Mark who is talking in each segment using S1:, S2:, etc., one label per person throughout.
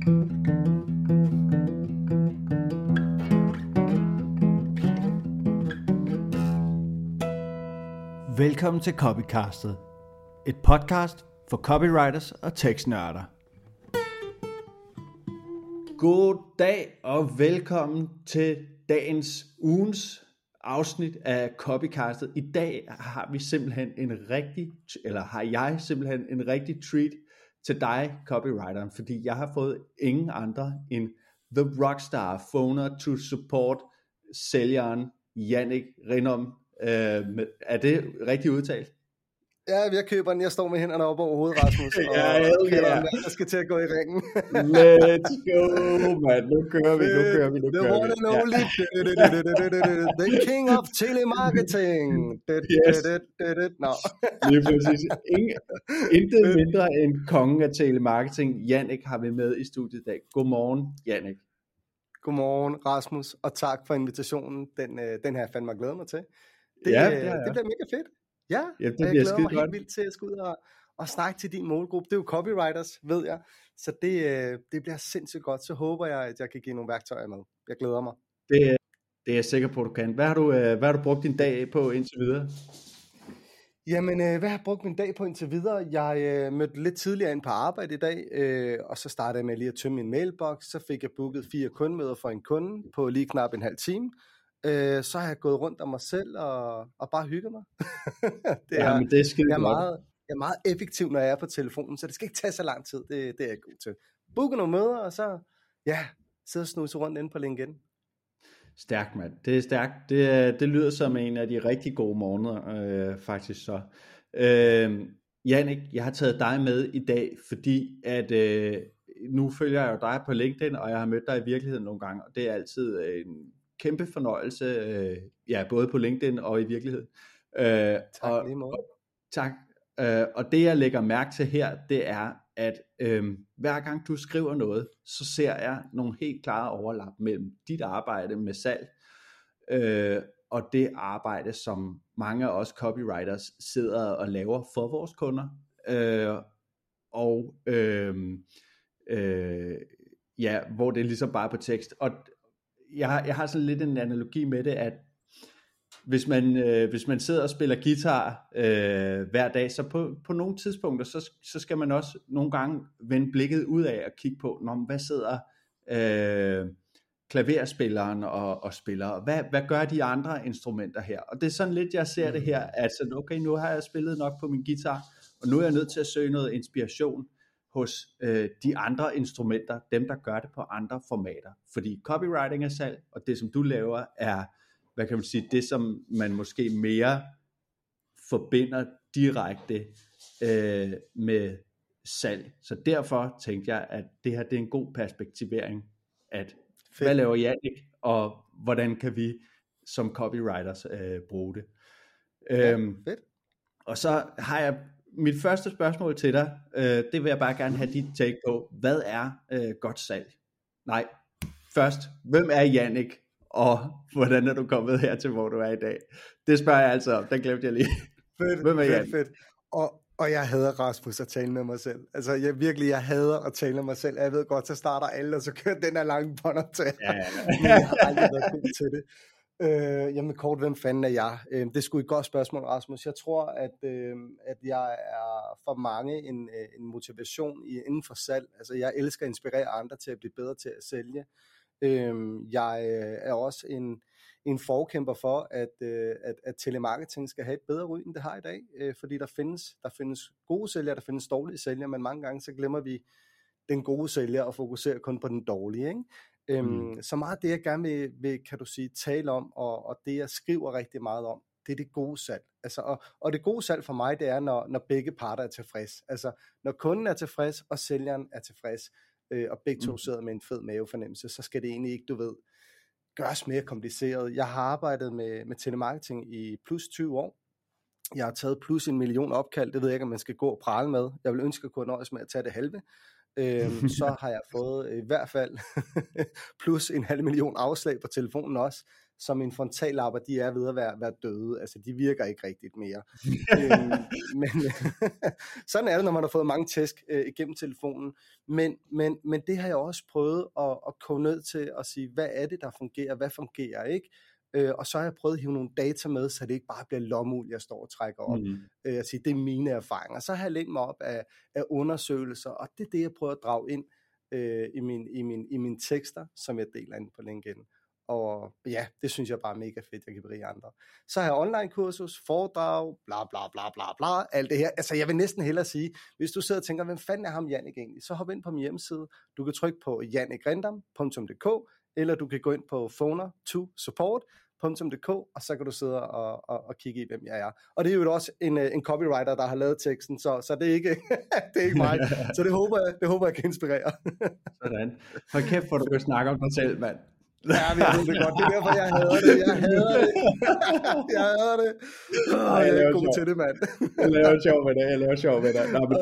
S1: Velkommen til Copycastet, et podcast for copywriters og tekstnørder. God dag og velkommen til ugens afsnit af Copycastet. I dag har jeg simpelthen en rigtig treat til dig, copywriteren, fordi jeg har fået ingen andre end The Rockstar Phoner to Support sælgeren Jannik Rindom. Er det rigtigt udtalt?
S2: Ja, jeg køber den. Jeg står med hænderne op over hovedet, Rasmus, og jeg skal til at gå i ringen.
S1: Let's go, man. Nu kører vi.
S2: The one and only, the king of telemarketing.
S1: Yes.
S2: Nå.
S1: Lige præcis. Intet mindre end kongen af telemarketing. Jannik har vi med i studiet i dag. Godmorgen, Jannik.
S2: Godmorgen, Rasmus, og tak for invitationen. Den har jeg fandme glædet mig til. Det bliver mega fedt. Ja, det jeg glæder mig helt vildt til at skulle ud og snakke til din målgruppe. Det er jo copywriters, ved jeg. Så det bliver sindssygt godt. Så håber jeg, at jeg kan give nogle værktøjer med. Jeg glæder mig.
S1: Det er jeg sikker på, at du kan. Hvad har du brugt din dag på indtil videre?
S2: Jamen, hvad har jeg brugt min dag på indtil videre? Jeg mødte lidt tidligere ind på arbejde i dag, og så startede jeg med lige at tømme min mailbox. Så fik jeg booket 4 kundemøder for en kunde på lige knap en halv time. Så har jeg gået rundt om mig selv og bare hygget mig. Jeg er meget effektiv, når jeg er på telefonen, så det skal ikke tage så lang tid. Det er jeg god til. Booke nogle møder, og så sidde og snuse rundt inde på LinkedIn.
S1: Stærkt, mand. Det er stærkt. Det lyder som en af de rigtig gode morgener, faktisk så. Jannik, jeg har taget dig med i dag, fordi at nu følger jeg jo dig på LinkedIn, og jeg har mødt dig i virkeligheden nogle gange, og det er altid en kæmpe fornøjelse, både på LinkedIn og i virkeligheden.
S2: Tak lige måde.
S1: Tak. Og det jeg lægger mærke til her, det er, at hver gang du skriver noget, så ser jeg nogle helt klare overlap mellem dit arbejde med salg, og det arbejde, som mange af os copywriters sidder og laver for vores kunder, hvor det er ligesom bare på tekst. Og jeg har sådan lidt en analogi med det, at hvis man sidder og spiller guitar hver dag, så på nogle tidspunkter, så skal man også nogle gange vende blikket ud af og kigge på, hvad sidder klaverspilleren og spiller, hvad gør de andre instrumenter her? Og det er sådan lidt, jeg ser det her, at sådan, okay, nu har jeg spillet nok på min guitar, og nu er jeg nødt til at søge noget inspiration hos de andre instrumenter, dem der gør det på andre formater. Fordi copywriting er salg, og det som du laver er, hvad kan man sige, det som man måske mere forbinder direkte med salg. Så derfor tænkte jeg, at det her det er en god perspektivering, at hvad laver Jannik, og hvordan kan vi som copywriters bruge det.
S2: Fedt.
S1: Og så har jeg mit første spørgsmål til dig, det vil jeg bare gerne have dit take på. Hvad er godt salg? Nej, først, hvem er Jannik, og hvordan er du kommet her til, hvor du er i dag? Det spørger jeg altså om, den glemte jeg lige. Hvem er Jannik?
S2: Fedt. Og jeg hader, Rasmus, at tale med mig selv. Altså, jeg hader at tale med mig selv. Jeg ved godt, så starter alle, og så kører den her lange båndoptager. Ja. Jeg har aldrig været god til det. Jamen kort, hvem fanden er jeg? Det er sgu et godt spørgsmål, Rasmus. Jeg tror, at jeg er for mange en motivation inden for salg. Altså, jeg elsker at inspirere andre til at blive bedre til at sælge. Jeg er også en forkæmper for, at telemarketing skal have et bedre ry, end det har i dag. Fordi der findes gode sælgere, der findes dårlige sælgere, men mange gange så glemmer vi den gode sælger og fokuserer kun på den dårlige, ikke? Så meget af det, jeg gerne vil, kan du sige, tale om, og det, jeg skriver rigtig meget om, det er det gode salg. Altså, og det gode salg for mig, det er, når begge parter er tilfreds. Altså, når kunden er tilfreds, og sælgeren er tilfreds, og begge to sidder med en fed mavefornemmelse, så skal det egentlig ikke, gøres mere kompliceret. Jeg har arbejdet med telemarketing i plus 20 år. Jeg har taget plus 1 million opkald, det ved jeg ikke, om man skal gå og prale med. Jeg vil ønske at kunne nøjes med at tage det halve. Så har jeg fået i hvert fald plus 500.000 afslag på telefonen også. så mine frontallapper, de er ved at være døde, altså de virker ikke rigtigt mere. Men sådan er det, når man har fået mange tæsk igennem telefonen, men det har jeg også prøvet at komme ned til at sige, hvad er det, der fungerer, hvad fungerer ikke? Og så har jeg prøvet at hive nogle data med, så det ikke bare bliver lommeuld, jeg står og trækker op. Jeg siger, det er mine erfaringer. Så har jeg lænt mig op af undersøgelser, og det er det, jeg prøver at drage ind i mine tekster, som jeg deler inde på LinkedIn. Og ja, det synes jeg bare er mega fedt, jeg kan berige andre. Så har jeg online kursus, foredrag, bla bla bla bla bla, alt det her. Altså jeg vil næsten hellere sige, hvis du sidder og tænker, hvem fanden er ham Jannik egentlig? Så hop ind på min hjemmeside. Du kan trykke på jannikrindam.dk, eller du kan gå ind på phoner2support.dk, og så kan du sidde og kigge i, hvem jeg er. Og det er jo også en copywriter, der har lavet teksten, så det er ikke, det er ikke mig. Så det håber jeg kan inspirere.
S1: Sådan. Hold kæft, hvor du kan snakke om dig selv, mand.
S2: Ja, jeg ved det godt. Det er derfor, jeg hader det. Jeg hader det. Jeg er ikke god til det, mand.
S1: Jeg laver sjov med det. Nå, men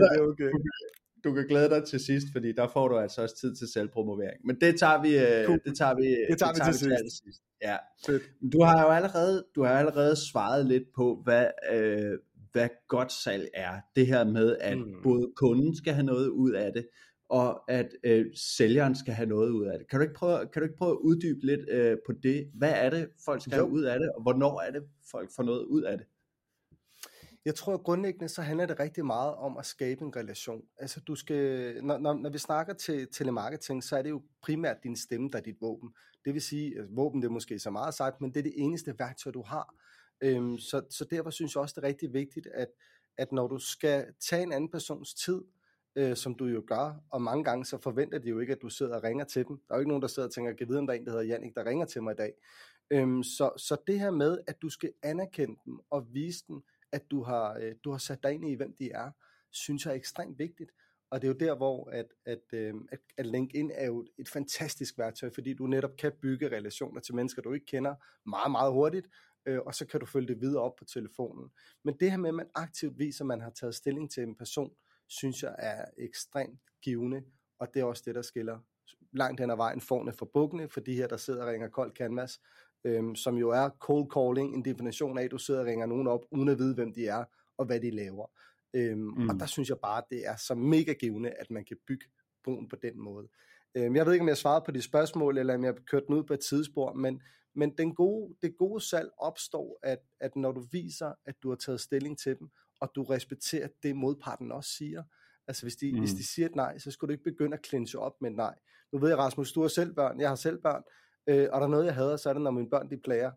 S1: du kan glæde dig til sidst, fordi der får du altså også tid til selvpromovering. Men det tager vi, det tager vi til sidst. Ja. Du har jo allerede svaret lidt på, hvad godt salg er. Det her med, at både kunden skal have noget ud af det, og at sælgeren skal have noget ud af det. Kan du ikke prøve at uddybe lidt på det? Hvad er det, folk skal have ud af det, og hvornår er det, folk får noget ud af det?
S2: Jeg tror at grundlæggende, så handler det rigtig meget om at skabe en relation. Altså du skal, når vi snakker til telemarketing, så er det jo primært din stemme, der er dit våben. Det vil sige, at våben det er måske så meget sagt, men det er det eneste værktøj, du har. Så derfor synes jeg også, det er rigtig vigtigt, at når du skal tage en anden persons tid, som du jo gør, og mange gange så forventer de jo ikke, at du sidder og ringer til dem. Der er jo ikke nogen, der sidder og tænker, kan vide, om der er en, der hedder Jannik, der ringer til mig i dag. Så det her med, at du skal anerkende dem og vise dem, at du har sat dig ind i, hvem de er, synes jeg er ekstremt vigtigt. Og det er jo der, hvor at LinkedIn er jo et fantastisk værktøj, fordi du netop kan bygge relationer til mennesker, du ikke kender meget, meget hurtigt, og så kan du følge det videre op på telefonen. Men det her med, at man aktivt viser, at man har taget stilling til en person, synes jeg er ekstremt givende, og det er også det, der skiller langt hen ad vejen forne for bukkene, for de her, der sidder og ringer kold canvas, som jo er cold calling, en definition af, at du sidder og ringer nogen op, uden at vide, hvem de er, og hvad de laver. Og der synes jeg bare, at det er så mega givende, at man kan bygge broen på den måde. Jeg ved ikke, om jeg svarede på de spørgsmål, eller om jeg har kørt den ud på et tidsspor, men det gode salg opstår, at når du viser, at du har taget stilling til dem, og du respekterer det, modparten også siger. Altså hvis de siger et nej, så skulle du ikke begynde at clinche op med et nej. Nu ved jeg, Rasmus, du har selv børn, jeg har selv børn, og der er noget, jeg hader, så er det, når mine børn, de plager.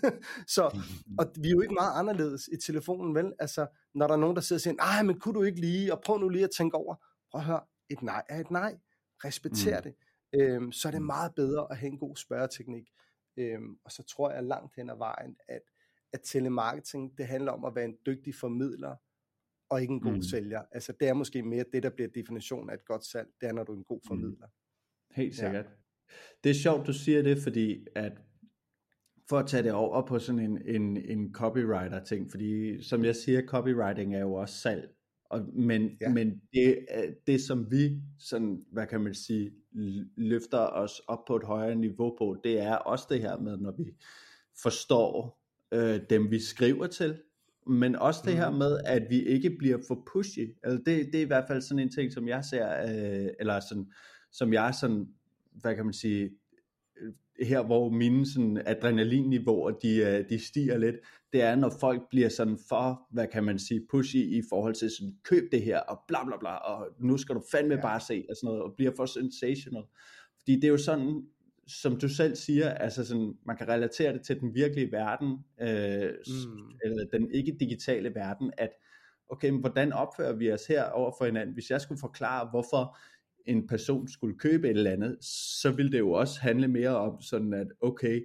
S2: Og vi er jo ikke meget anderledes i telefonen, vel? Altså, når der er nogen, der sidder og siger, nej, men kunne du ikke lige, og prøv nu lige at tænke over, prøv at høre, et nej er et nej, respekter det. Så er det meget bedre at have en god spørgeteknik. Og så tror jeg langt hen ad vejen, at telemarketing, det handler om at være en dygtig formidler, og ikke en god sælger. Altså det er måske mere det, der bliver definitionen af et godt salg, det er, når du er en god formidler.
S1: Helt sikkert. Ja. Det er sjovt, du siger det, fordi at for at tage det over på sådan en copywriter ting, fordi som jeg siger, copywriting er jo også salg, men det som vi sådan, hvad kan man sige, løfter os op på et højere niveau på, det er også det her med, når vi forstår dem vi skriver til, men også det her med, at vi ikke bliver for pushy. Altså det er i hvert fald sådan en ting, som jeg ser, eller sådan, som jeg sådan, hvad kan man sige, her hvor mine sådan adrenalinniveauer, de stiger lidt, det er, når folk bliver sådan for, hvad kan man sige, pushy i forhold til sådan, køb det her, og bla bla bla, og nu skal du fandme bare se, og sådan noget, og bliver for sensational. Fordi det er jo sådan, som du selv siger, altså sådan, man kan relatere det til den virkelige verden, eller den ikke digitale verden, at okay, men hvordan opfører vi os her over for hinanden? Hvis jeg skulle forklare, hvorfor en person skulle købe et eller andet, så ville det jo også handle mere om sådan, at okay,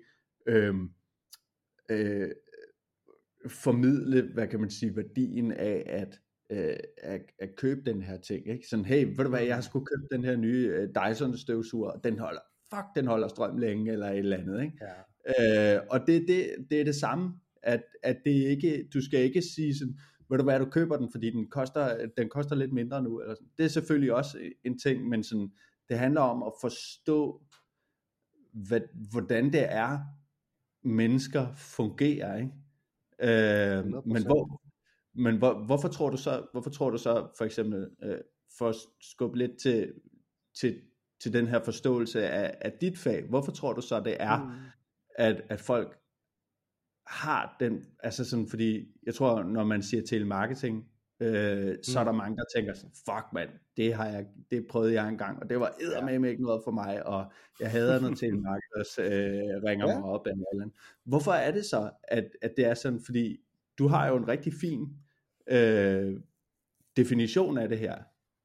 S1: formidle, hvad kan man sige, værdien af at købe den her ting, ikke? Sådan, hey, ved du hvad, jeg har sgu købt den her nye Dyson støvsuger, og den holder strøm længe, eller et eller andet, ikke? Ja. Og det er det samme, at det ikke, du skal ikke sige sådan, ved du hvad, du køber den, fordi den koster lidt mindre nu, eller sådan. Det er selvfølgelig også en ting, men sådan, det handler om at forstå, hvordan det er mennesker fungerer, ikke?
S2: 100%.
S1: Men hvorfor tror du så for eksempel, for at skubbe lidt til den her forståelse af dit fag, hvorfor tror du så det er, at folk har den, altså sådan, fordi jeg tror, når man siger telemarketing, så er der mange, der tænker sådan, fuck mand, det prøvede jeg engang, og det var eddermame ikke noget for mig, og jeg hader noget telemarketers ringer mig op eller andet. Hvorfor er det så, at det er sådan, fordi du har jo en rigtig fin definition af det her.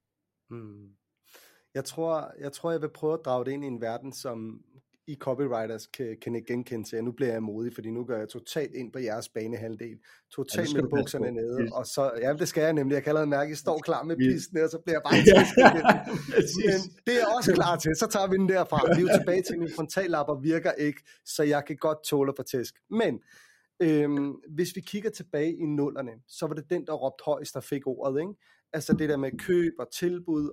S2: Jeg tror, jeg vil prøve at drage det ind i en verden, som I copywriters kan ikke genkende til. Nu bliver jeg modig, fordi nu går jeg totalt ind på jeres banehalvdel. Totalt med bukserne nede. Og så, ja, det skal jeg nemlig. Jeg kan allerede mærke, at I står klar med pisten, og så bliver jeg bare tæsket. Men det er jeg også klar til. Så tager vi den derfra. Vi er jo tilbage til, at mine frontallapper virker ikke, så jeg kan godt tåle at få tæsk. Men hvis vi kigger tilbage i nullerne, så var det den, der råbte højst, der fik ordet, ikke? Altså det der med køb og tilbud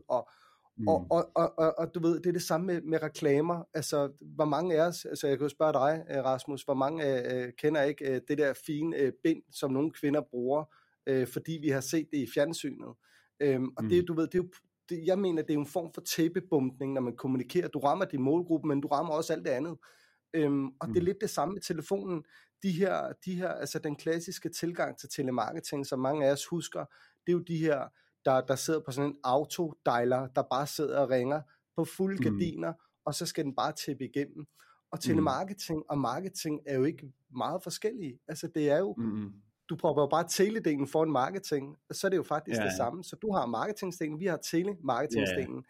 S2: og du ved, det er det samme med reklamer. Altså, hvor mange af os, altså jeg kan jo spørge dig, Rasmus, hvor mange kender ikke det der fine bind, som nogle kvinder bruger, fordi vi har set det i fjernsynet. Og det, du ved, det er jo, jeg mener, det er jo en form for tæppebumpning, når man kommunikerer. Du rammer din målgruppe, men du rammer også alt det andet. Og det er lidt det samme med telefonen. De her, altså den klassiske tilgang til telemarketing, som mange af os husker, det er jo de her, der sidder på sådan en autodialer, der bare sidder og ringer på fulde gardiner, og så skal den bare tippe igennem. Og telemarketing og marketing er jo ikke meget forskellige. Altså det er jo, du prøver jo bare teledelen for en marketing, så er det jo faktisk det samme. Så du har marketingdelen, vi har telemarketingdelen.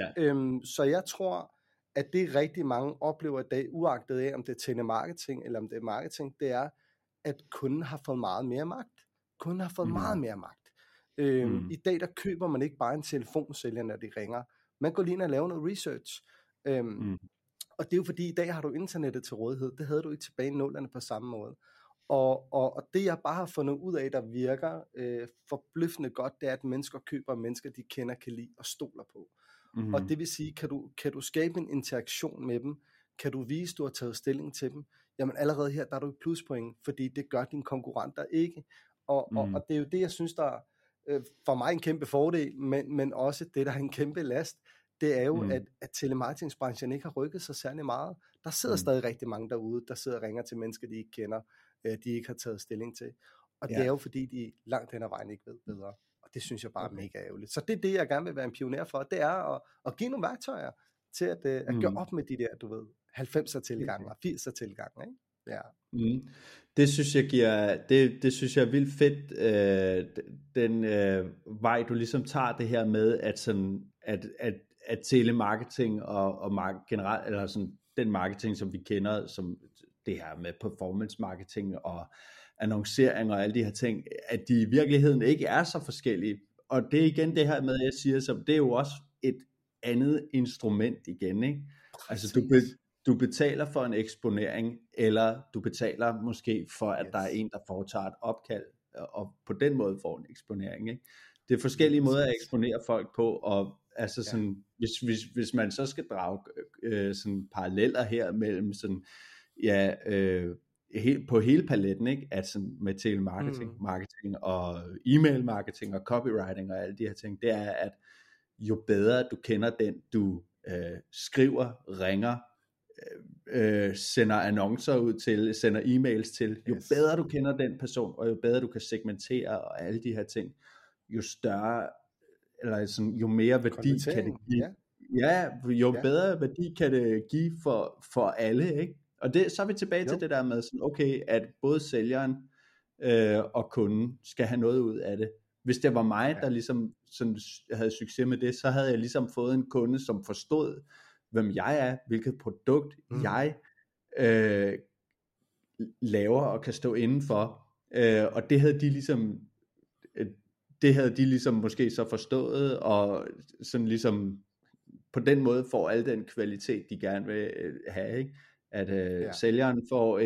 S2: Så jeg tror, at det rigtig mange oplever i dag, uagtet af, om det er telemarketing eller om det er marketing, det er, at kunden har fået meget mere magt. Kunden har fået meget mere magt. I dag der køber man ikke bare en telefonsælger, når de ringer. Man går lige ind og laver noget research. Og det er jo fordi, i dag har du internettet til rådighed. Det havde du ikke tilbage i nullerne på samme måde. Og det jeg bare har fundet ud af, der virker forbløffende godt, det er, at mennesker køber mennesker, de kender, kan lide og stoler på. Og det vil sige, kan du skabe en interaktion med dem, kan du vise, at du har taget stilling til dem, jamen allerede her, der er du et pluspoint, fordi det gør dine konkurrenter ikke. Og det er jo det, jeg synes, der for mig en kæmpe fordel, men også det, der er en kæmpe last, det er jo, at telemarketingsbranchen ikke har rykket sig særlig meget. Der sidder stadig rigtig mange derude, der sidder og ringer til mennesker, de ikke kender, de ikke har taget stilling til. Og det er jo fordi, de langt hen ad vejen ikke ved bedre. Og det synes jeg bare er mega ærgerligt. Så det er det, jeg gerne vil være en pioner for, det er at give nogle værktøjer til at gøre op med de der, du ved, 90'er tilgang og 80'er tilgang, ikke? Ja.
S1: Det synes jeg det synes jeg er vildt fedt, den vej du ligesom tager det her med, at sådan at telemarketing og generelt, eller sådan den marketing, som vi kender, som det her med performance marketing og annoncering og alle de her ting, at de i virkeligheden ikke er så forskellige. Og det er igen det her med, at jeg siger, så det er jo også et andet instrument igen, ikke? Altså du betaler for en eksponering, eller du betaler måske for, at der er en, der foretager et opkald, og på den måde får en eksponering, ikke? Det er forskellige måder at eksponere folk på, og altså sådan, hvis man så skal drage sådan paralleller her mellem sådan, på hele paletten, ikke? At sådan med telemarketing, marketing og e-mail marketing og copywriting og alle de her ting, det er, at jo bedre du kender den, du skriver, ringer, sender annoncer ud til, sender e-mails til, jo bedre du kender den person, og jo bedre du kan segmentere og alle de her ting, jo større, eller sådan, jo mere værdi kan det give. Jo bedre værdi kan det give for alle, ikke? Og så er vi tilbage til det der med sådan, okay, at både sælgeren og kunden skal have noget ud af det. Hvis det var mig, der ligesom sådan havde succes med det, så havde jeg ligesom fået en kunde, som forstod, hvem jeg er, hvilket produkt jeg laver og kan stå indenfor. Og det havde de ligesom måske så forstået, og sådan ligesom på den måde får al den kvalitet, de gerne vil have, ikke? At sælgeren får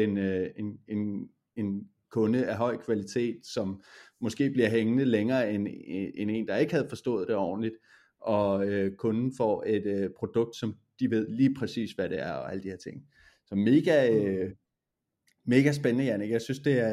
S1: en kunde af høj kvalitet, som måske bliver hængende længere end en, der ikke havde forstået det ordentligt, og kunden får et produkt, som de ved lige præcis, hvad det er, og alle de her ting. Så Mega spændende, Jannik. Jeg synes, det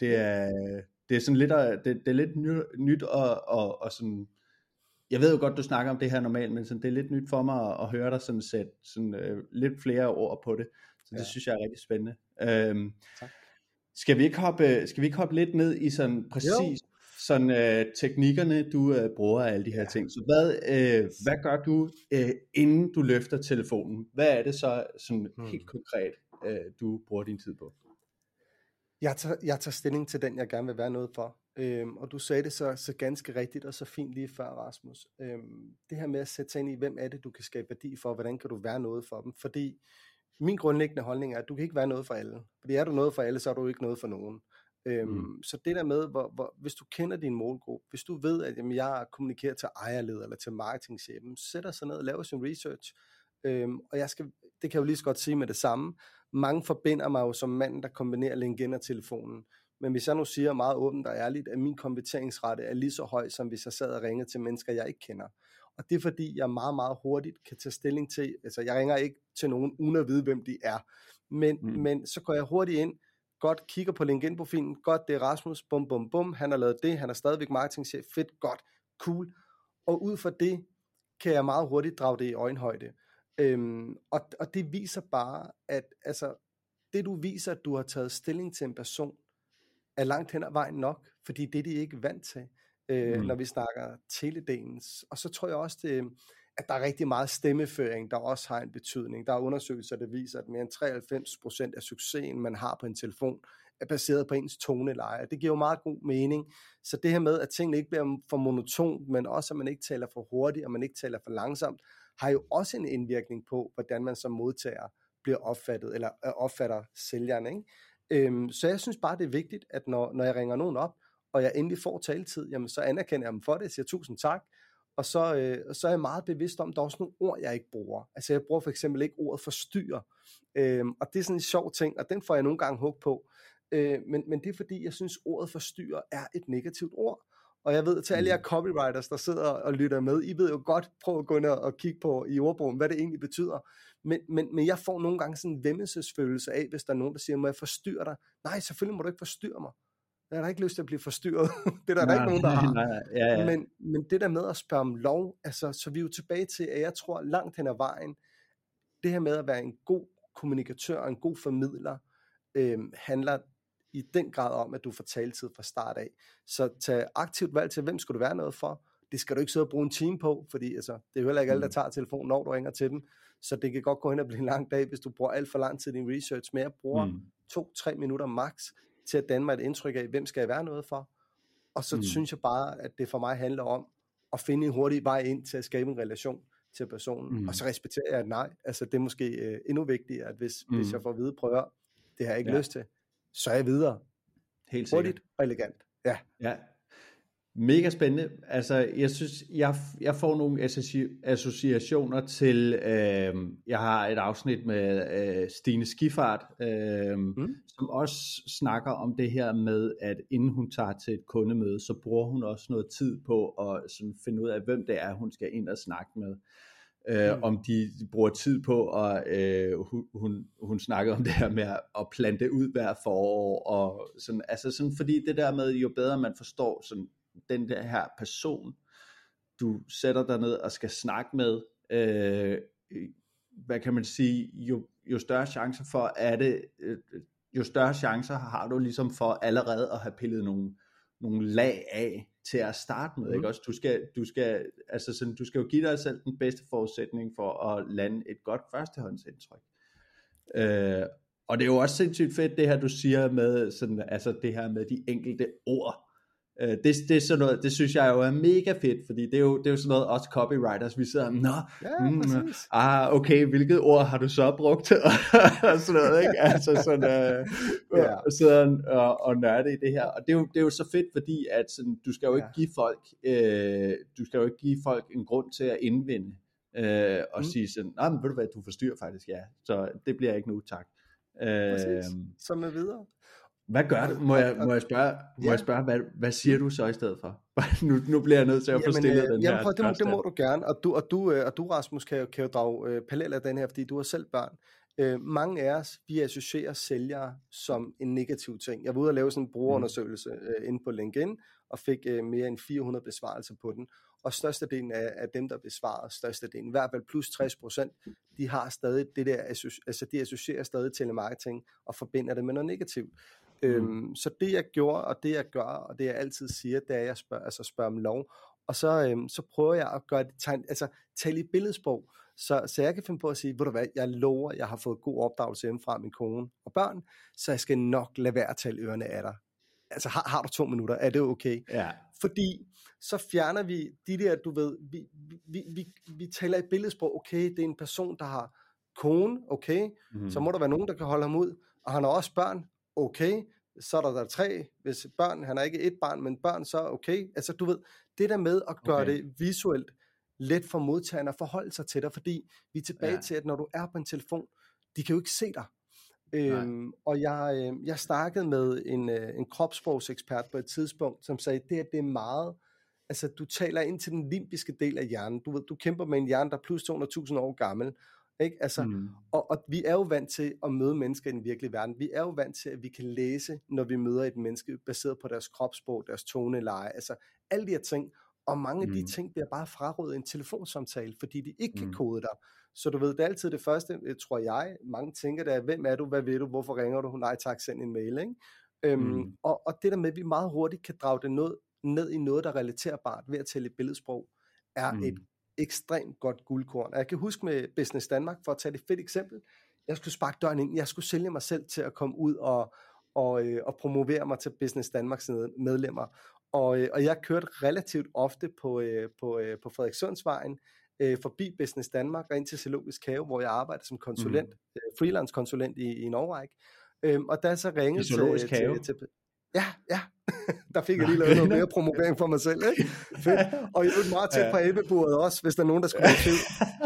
S1: er sådan lidt, det er lidt nyt og sådan, jeg ved jo godt, du snakker om det her normalt, men sådan, det er lidt nyt for mig at høre dig sådan sætte sådan, lidt flere ord på det. Så det synes jeg er rigtig spændende.
S2: Tak.
S1: Skal vi ikke hoppe lidt ned i sådan præcis sådan teknikkerne, du bruger af alle de her ting. Så hvad gør du, inden du løfter telefonen? Hvad er det så sådan helt konkret, du bruger din tid på?
S2: Jeg tager stilling til den, jeg gerne vil være noget for. Og du sagde det så ganske rigtigt og så fint lige før, Rasmus. Det her med at sætte sig ind i, hvem er det, du kan skabe værdi for, hvordan kan du være noget for dem? Fordi min grundlæggende holdning er, at du kan ikke være noget for alle. Fordi er du noget for alle, så er du ikke noget for nogen. Så det der med, hvis du kender din målgruppe, hvis du ved, at jeg kommunikerer til ejerleder eller til marketingchefen, sætter sig ned og laver sin research. Og det kan jeg jo lige så godt sige med det samme. Mange forbinder mig jo som manden, der kombinerer LinkedIn og telefonen. Men hvis jeg nu siger meget åbent og ærligt, at min konverteringsrate er lige så høj, som hvis jeg sad og ringede til mennesker, jeg ikke kender. Og det er fordi, jeg meget, meget hurtigt kan tage stilling til, altså jeg ringer ikke til nogen, uden at vide, hvem de er. Men så går jeg hurtigt ind, godt kigger på LinkedIn-profilen, godt, det er Rasmus, bum, bum, bum, han har lavet det, han er stadigvæk marketingchef, fedt, godt, cool. Og ud fra det, kan jeg meget hurtigt drage det i øjenhøjde. Og det viser bare, at altså, det du viser, at du har taget stilling til en person, er langt hen ad vejen nok, fordi det er de ikke vant til, når vi snakker teledelen. Og så tror jeg også, at der er rigtig meget stemmeføring, der også har en betydning. Der er undersøgelser, der viser, at mere end 93% af succesen, man har på en telefon, er baseret på ens toneleje. Det giver jo meget god mening. Så det her med, at tingene ikke bliver for monotont, men også, at man ikke taler for hurtigt, og man ikke taler for langsomt, har jo også en indvirkning på, hvordan man som modtager bliver opfattet, eller opfatter sælgeren, ikke? Så jeg synes bare, det er vigtigt, at når jeg ringer nogen op, og jeg endelig får taletid, jamen så anerkender jeg dem for det, siger tusind tak, og så er jeg meget bevidst om, at der er også nogle ord, jeg ikke bruger. Altså jeg bruger for eksempel ikke ordet forstyrre, og det er sådan en sjov ting, og den får jeg nogle gange hug på, men det er fordi, jeg synes, ordet forstyrre er et negativt ord. Og jeg ved til alle jer copywriters, der sidder og lytter med, I ved jo godt, prøv at gå ind og kigge på i ordbogen, hvad det egentlig betyder. Men jeg får nogle gange sådan en væmmelsesfølelse af, hvis der er nogen, der siger, må jeg forstyrre dig? Nej, selvfølgelig må du ikke forstyrre mig. Jeg har ikke lyst til at blive forstyrret. Det er der ikke nogen, der har. Ja. Men det der med at spørge om lov, altså, så vi er jo tilbage til, at jeg tror langt hen ad vejen, det her med at være en god kommunikatør og en god formidler, handler i den grad om, at du får taletid fra start af. Så tag aktivt valg til, hvem skal du være noget for. Det skal du ikke sidde og bruge en time på, fordi altså, det er jo heller ikke alle, der tager telefonen, når du ringer til dem. Så det kan godt gå hen og blive en lang dag, hvis du bruger alt for lang tid i din research. Men jeg bruger 2-3 minutter max til at danne mig et indtryk af, hvem skal jeg være noget for. Og så synes jeg bare, at det for mig handler om at finde en hurtig vej ind til at skabe en relation til personen. Og så respekterer jeg et nej. Altså det er måske endnu vigtigere, at hvis jeg får at vide, prøver, det har jeg ikke lyst til, så er jeg videre.
S1: Helt sikkert.
S2: Hurtigt og elegant. Ja.
S1: Mega spændende. Altså, jeg synes, jeg får nogle associationer til, jeg har et afsnit med Stine Skifart, som også snakker om det her med, at inden hun tager til et kundemøde, så bruger hun også noget tid på at sådan finde ud af, hvem det er, hun skal ind og snakke med. Om de bruger tid på, og hun snakkede om det her med at plante ud hver forår, og sådan, altså sådan, fordi det der med, jo bedre man forstår sådan, den der her person, du sætter dig ned og skal snakke med, hvad kan man sige, jo større chancer for er det, jo større chancer har du ligesom for allerede at have pillet nogle lag af til at starte med, ikke også? Du skal jo give dig selv den bedste forudsætning for at lande et godt førstehåndsindtryk. Og det er jo også sindssygt fedt det her du siger med sådan, altså det her med de enkelte ord. Det er sådan noget, det synes jeg jo er mega fedt, fordi det er jo sådan noget, os copywriters, vi sidder, okay, hvilket ord har du så brugt, og sådan noget, ikke? Altså sådan, sidder og nørde i det her, og det er jo så fedt, fordi at sådan, du skal jo ikke give folk, en grund til at indvinde, og sige sådan, men ved du hvad, du forstyrrer faktisk, så det bliver ikke nu, tak.
S2: Så med videre.
S1: Hvad gør du? Må jeg spørge, hvad siger du så i stedet for? nu bliver jeg nødt til at få stillet den her.
S2: Det må du gerne, og du Rasmus kan jo drage paralleller af den her, fordi du har selv børn. Mange af os, vi associerer sælgere som en negativ ting. Jeg var ude og lave sådan en brugerundersøgelse inde på LinkedIn, og fik mere end 400 besvarelser på den. Og størstedelen af dem, der besvarede, størstedelen, i hvert fald plus 60%, de har stadig det der, altså de associerer stadig telemarketing og forbinder det med noget negativt. Så det jeg gjorde, og det jeg gør, og det jeg altid siger, det er, at jeg spørger om lov, og så prøver jeg at gøre det, tale i billedsprog, så jeg kan finde på at sige, ved du hvad, jeg lover, jeg har fået god opdragelse hjemmefra min kone og børn, så jeg skal nok lade være at tale ørerne af dig. Altså har du 2 minutter, er det okay?
S1: Ja.
S2: Fordi så fjerner vi de der, du ved, vi taler i billedsprog, okay, det er en person, der har kone, okay, så må der være nogen, der kan holde ham ud, og han har også børn, okay, så er der 3, hvis børn, han har ikke 1 barn, men børn, så okay, altså du ved, det der med at gøre det visuelt let for modtagerne at forholde sig til dig, fordi vi er tilbage til, at når du er på en telefon, de kan jo ikke se dig. Og jeg snakkede med en kropssprogsekspert på et tidspunkt, som sagde, det er meget, altså du taler ind til den limbiske del af hjernen, du ved, du kæmper med en hjerne, der er plus 200.000 år gammel, ikke? Altså, og vi er jo vant til at møde mennesker i den virkelige verden, vi er jo vant til, at vi kan læse, når vi møder et menneske, baseret på deres kropssprog, deres toneleje, altså alle de her ting, og mange af de ting bliver bare frarådet i en telefonsamtale, fordi de ikke kan kode dig. Så du ved, det er altid det første, tror jeg, mange tænker, det er, hvem er du, hvad ved du, hvorfor ringer du, nej tak, send en mail, ikke? Og det der med, at vi meget hurtigt kan drage det ned i noget, der er relaterbart ved at tælle et billedsprog, er et ekstremt godt guldkorn. Og jeg kan huske med Business Danmark, for at tage et fedt eksempel, jeg skulle sparke døren ind, jeg skulle sælge mig selv til at komme ud og promovere mig til Business Danmarks medlemmer. Og jeg kørte relativt ofte på Frederikssundsvejen, forbi Business Danmark og ind til Zoologisk Have, hvor jeg arbejder som konsulent, freelance konsulent i en årrække. Og da så ringede til ja, der fik jeg lige lavet noget mere promovering for mig selv, ikke? Fedt. Og jeg er meget tæt på æblebordet også, hvis der er nogen, der skulle være tvivl.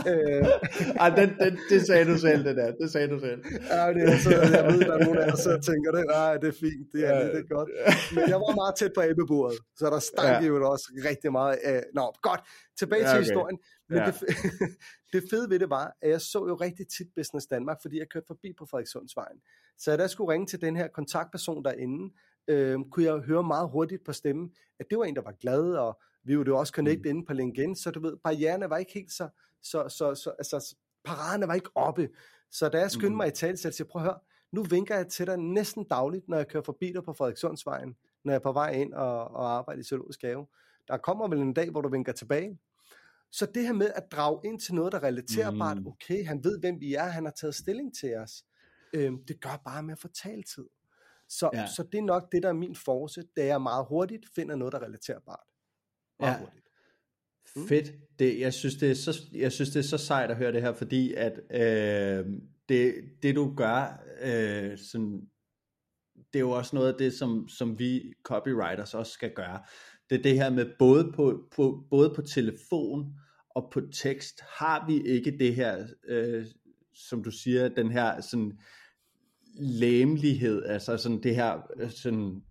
S1: Det sagde du selv, det sagde du selv.
S2: Ja, det er så, jeg ved, der er nogen af jer, der tænker det. Nej, det er fint, det er godt. Men jeg var meget tæt på æblebordet, så der stank jo også rigtig meget af. Nå, godt, tilbage til historien. Men det fede ved det var, at jeg så jo rigtig tit Business Danmark, fordi jeg kørte forbi på Frederikssundsvejen. Så da jeg skulle ringe til den her kontaktperson derinde, kunne jeg høre meget hurtigt på stemmen, at det var en, der var glad, og vi var jo også connect inde på LinkedIn, så du ved, barriererne var ikke helt så altså paraderne var ikke oppe. Så da jeg skyndte mig i tale, så jeg siger, prøv at høre, nu vinker jeg til dig næsten dagligt, når jeg kører forbi dig på Frederikssundsvejen, når jeg er på vej ind og arbejder i Zoologisk Have. Der kommer vel en dag, hvor du vinker tilbage. Så det her med at drage ind til noget, der er relaterbart, okay, han ved, hvem vi er, han har taget stilling til os, det gør bare med at få taletid. Så det er nok det, der er min force, det er, jeg meget hurtigt finder noget, der er relaterbart. Meget hurtigt.
S1: Fedt. Jeg synes, det er så sejt at høre det her, fordi at det du gør, sådan, det er jo også noget af det, som vi copywriters også skal gøre. Det er det her med både på telefon og på tekst, har vi ikke det her, som du siger, den her sådan læmelighed, altså sådan det her, sådan,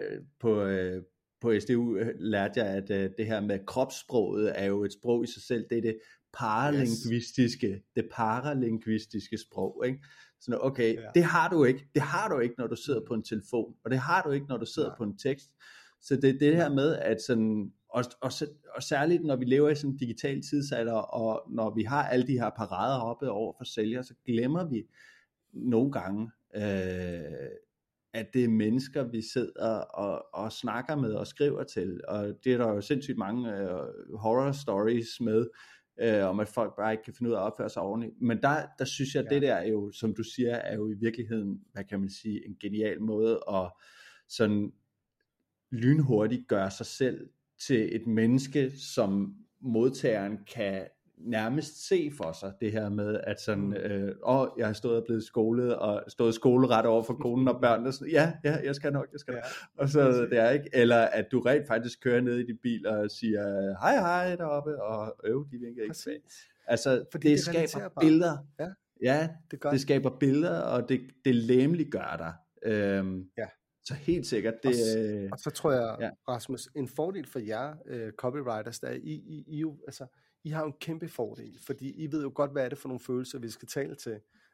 S1: på SDU lærte jeg, at det her med kropssproget er jo et sprog i sig selv, det er det paralingvistiske sprog, ikke? Så okay, det har du ikke, når du sidder på en telefon, og det har du ikke, når du sidder på en tekst. Så det er det her med, at sådan, og særligt når vi lever i sådan en digital tidsalder, og når vi har alle de her parader oppe over for sælgere, så glemmer vi nogle gange, at det er mennesker, vi sidder og snakker med og skriver til, og det er der jo sindssygt mange horror stories med, om at folk bare ikke kan finde ud af at opføre sig ordentligt. Men der synes jeg, det der er jo, som du siger, er jo i virkeligheden, hvad kan man sige, en genial måde at sådan lynhurtigt gøre sig selv til et menneske, som modtageren kan nærmest se for sig, det her med, at sådan, jeg har stået og blevet skolet, og stået skoleret over for konen og børnene, og sådan, ja, jeg skal nok. Og så det er ikke, eller at du rent faktisk kører ned i din bil og siger, hej deroppe, og de vinker ikke tilbage. Altså, det skaber billeder. Ja, det skaber billeder, og det læmeliggør dig. Så helt sikkert.
S2: Og så tror jeg, Rasmus, en fordel for jer copywriters, der I har jo en kæmpe fordel, fordi I ved jo godt, hvad er det for nogle følelser, vi skal tale til.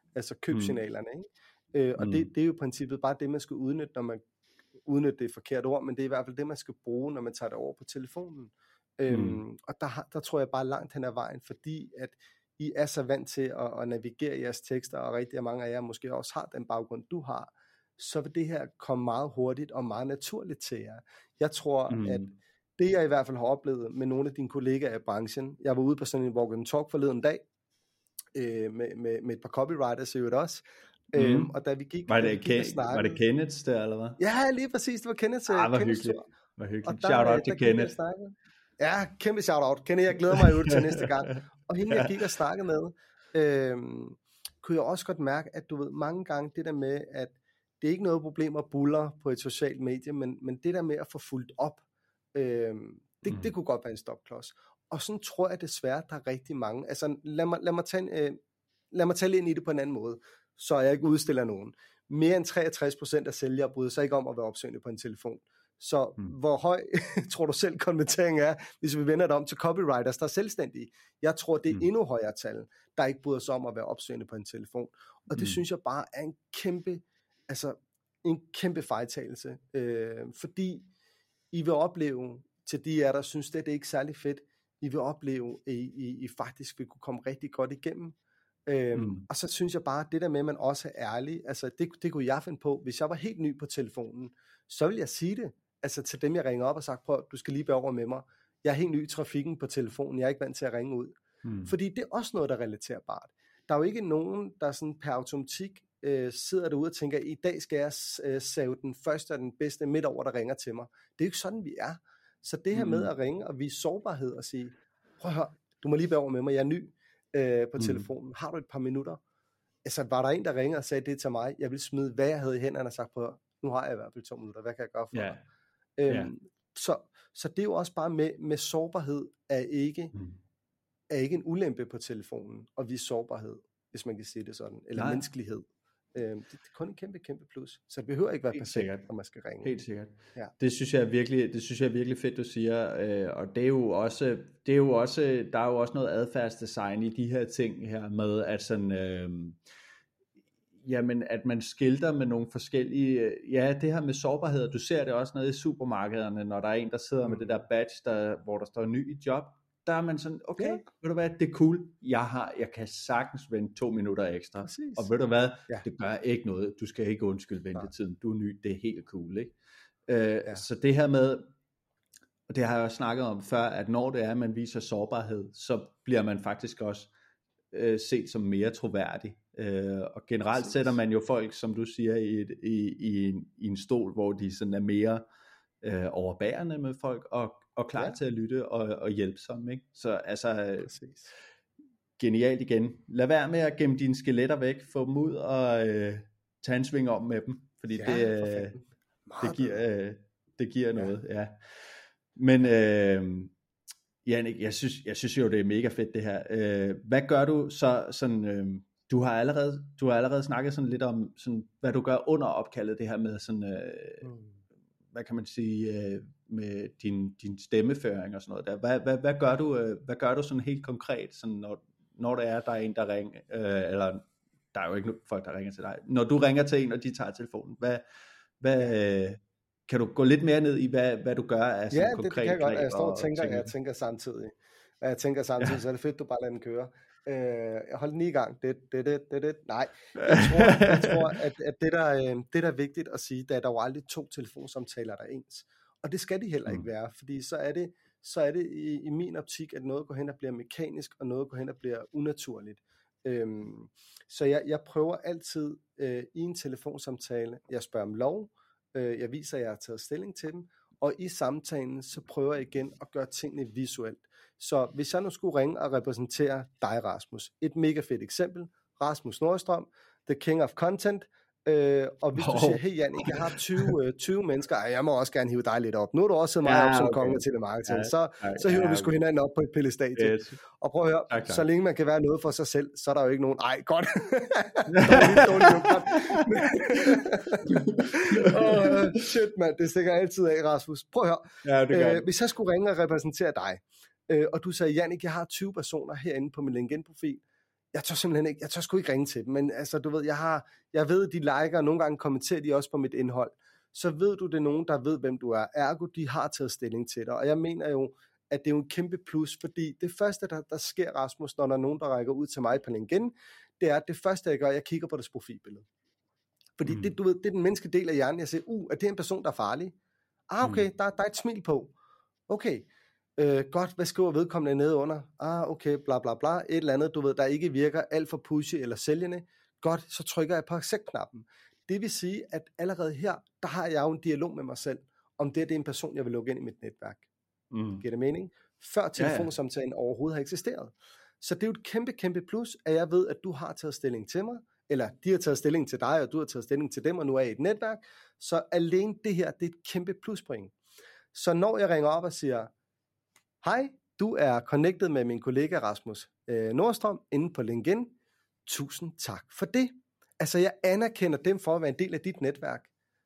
S2: altså købsignalerne, ikke? Og det er jo i princippet bare det, man skal udnytte, når man udnytte det forkerte ord, men det er i hvert fald det, man skal bruge, når man tager det over på telefonen. Og der tror jeg bare langt hen ad vejen, fordi at I er så vant til at navigere jeres tekster, og rigtig mange af jer måske også har den baggrund, du har, så vil det her komme meget hurtigt og meget naturligt til jer. Jeg tror, at det jeg i hvert fald har oplevet med nogle af dine kollegaer i branchen, jeg var ude på sådan en walk and talk forleden dag, med et par copywriters i øvrigt også, og da vi gik,
S1: var det Kenneth der, eller hvad?
S2: Ja, lige præcis, det var Kenneth.
S1: Var hyggeligt. Shout out til Kenneth.
S2: Ja, kæmpe shout out. Kenneth, jeg glæder mig ud til næste gang. Og hende jeg gik og snakkede med, kunne jeg også godt mærke, at du ved, mange gange det der med, at det er ikke noget problem at buller på et socialt medie, men det der med at få fulgt op, det kunne godt være en stopklods. Og sådan tror jeg desværre, der er rigtig mange. Altså lad mig tale ind i det på en anden måde, så jeg ikke udstiller nogen. Mere end 63% af sælgere bryder sig ikke om at være opsøgende på en telefon. Så hvor høj tror du selv konverteringen er, hvis vi vender det om til copywriters, der er selvstændige? Jeg tror, det er endnu højere tal, der ikke bryder sig om at være opsøgende på en telefon. Og det synes jeg bare er en kæmpe fejltagelse. Fordi I vil opleve, til de af der synes, det er ikke særlig fedt, I vil opleve, at I faktisk vil kunne komme rigtig godt igennem. Og så synes jeg bare, det der med, at man også er ærlig, altså det kunne jeg finde på, hvis jeg var helt ny på telefonen, så vil jeg sige det, altså til dem jeg ringer op og sagt, prøv, du skal lige bære over med mig, jeg er helt ny i trafikken på telefonen, jeg er ikke vant til at ringe ud, fordi det er også noget, der er relaterbart. Der er jo ikke nogen, der sådan per automatik sidder derude og tænker, i dag skal jeg save den første og den bedste midt over, der ringer til mig. Det er jo ikke sådan, vi er. Så det her med at ringe og vise sårbarhed og sige, prøv at høre, du må lige bære over med mig, jeg er ny på telefonen, har du et par minutter? Altså var der en, der ringer og sagde det til mig, jeg ville smide, hvad jeg havde i hænderne og sagt, på, nu har jeg i hvert fald 2 minutter, hvad kan jeg gøre for dig? Så det er jo også bare med sårbarhed er ikke en ulempe på telefonen, og vise sårbarhed, hvis man kan sige det sådan, eller menneskelighed. Det er kun en kæmpe plus. Så det behøver ikke være perfekt, når man skal ringe.
S1: Helt sikkert. Ja. Det synes jeg er virkelig fedt, du siger. Og det er jo også, der er jo også noget adfærdsdesign i de her ting her med, at sådan, jamen, at man skilter med nogle forskellige, det her med sårbarhed, du ser det også nede i supermarkederne, når der er en, der sidder med det der badge, hvor der står ny i job, der er man sådan, okay, ved du hvad, det er cool, jeg kan sagtens vente 2 minutter ekstra, og ved du hvad, det gør ikke noget, du skal ikke undskylde ventetiden, du er ny, det er helt cool, ikke? Så det her med, og det har jeg også snakket om før, at når det er, at man viser sårbarhed, så bliver man faktisk også set som mere troværdig, og generelt sætter man jo folk, som du siger, i en stol, hvor de sådan er mere overbærende med folk, og klar til at lytte og hjælpsomme, ikke? Så altså, genialt igen. Lad være med at gemme dine skeletter væk, få dem ud og tage en sving om med dem, fordi det giver noget, ja. Men Jannik, jeg synes jo, det er mega fedt det her. Hvad gør du så sådan, du har allerede snakket sådan lidt om, sådan, hvad du gør under opkaldet, det her med sådan, hvad kan man sige, med din stemmeføring og sådan noget der. Hvad gør du sådan helt konkret, sådan når der er en, der ringer, eller der er jo ikke folk, der ringer til dig. Når du ringer til en, og de tager telefonen, hvad kan du gå lidt mere ned i, hvad du gør af sådan konkret greb? Ja, det kan jeg godt. Jeg står og tænker, jeg tænker samtidig, så er det fedt, du bare lader den køre. Jeg holder den i gang. Nej, jeg tror at det der er vigtigt at sige, der er jo aldrig 2 telefonsamtaler, der er ens. Og det skal de heller ikke være, fordi så er det i min optik, at noget går hen og bliver mekanisk, og noget går hen og bliver unaturligt. Så jeg prøver altid i en telefonsamtale, jeg spørger om lov, jeg viser, at jeg har taget stilling til dem, og i samtalen, så prøver jeg igen at gøre tingene visuelt. Så hvis jeg nu skulle ringe og repræsentere dig, Rasmus, et mega fedt eksempel, Rasmus Nordstrøm, the king of content, og hvis du siger, hey Jannik, jeg har 20 mennesker, jeg må også gerne hive dig lidt op. Nu er du også meget op som konge til telemarketing, så hiver vi sgu hinanden op på et pillestadie. Og prøv at høre, så længe man kan være noget for sig selv, så er der jo ikke nogen, godt. Shit mand, det stikker altid af, Rasmus. Prøv at høre, hvis jeg skulle ringe og repræsentere dig, og du sagde, Jannik, jeg har 20 personer herinde på min LinkedIn-profil,
S2: jeg tør simpelthen ikke, jeg tør sgu ikke ringe til dem, men altså, du ved, jeg ved, de liker, og nogle gange kommenterer de også på mit indhold, så ved du, det er nogen, der ved, hvem du er. Ergo, de har taget stilling til dig, og jeg mener jo, at det er jo en kæmpe plus, fordi det første, der sker, Rasmus, når der er nogen, der rækker ud til mig på LinkedIn, det er, at det første, jeg gør, jeg kigger på deres profilbillede. Fordi det, du ved, det er den menneskelige del af hjernen, jeg siger, er det en person, der er farlig? Okay, der er et smil på. Okay, godt, hvad skriver vedkommende nede under? Okay, bla bla bla, et eller andet, du ved, der ikke virker alt for pushy eller sælgende. Godt, så trykker jeg på accept-knappen. Det vil sige, at allerede her, der har jeg jo en dialog med mig selv, om det er en person, jeg vil lukke ind i mit netværk. Giver det mening? Før telefonsamtalen overhovedet har eksisteret. Så det er jo et kæmpe, kæmpe plus, at jeg ved, at du har taget stilling til mig, eller de har taget stilling til dig, og du har taget stilling til dem, og nu er I et netværk. Så alene det her, det er et kæmpe pluspoint. Så når jeg ringer op og siger, hej, du er connected med min kollega Rasmus Nordstrøm inde på LinkedIn. Tusind tak for det. Altså, jeg anerkender dem for at være en del af dit netværk.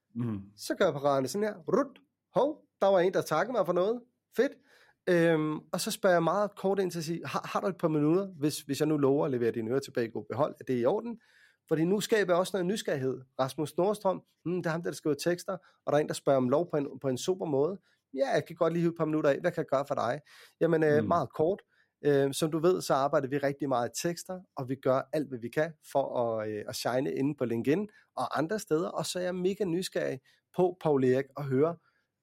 S2: Så gør jeg paraderne sådan her. Der var en, der takkede mig for noget. Fedt. Og så spørger jeg meget kort ind til at sige, har du et par minutter, hvis jeg nu lover at levere dine ører tilbage i god behold, er det i orden? Fordi nu skaber jeg også noget nysgerrighed. Rasmus Nordstrøm, det er ham, der skriver tekster, og der er en, der spørger om lov på en super måde. Ja, jeg kan godt lige hive et par minutter af. Hvad kan jeg gøre for dig? Jamen, meget kort. Som du ved, så arbejder vi rigtig meget i tekster, og vi gør alt, hvad vi kan for at shine inde på LinkedIn og andre steder. Og så er jeg mega nysgerrig på, Paul Erik, at høre,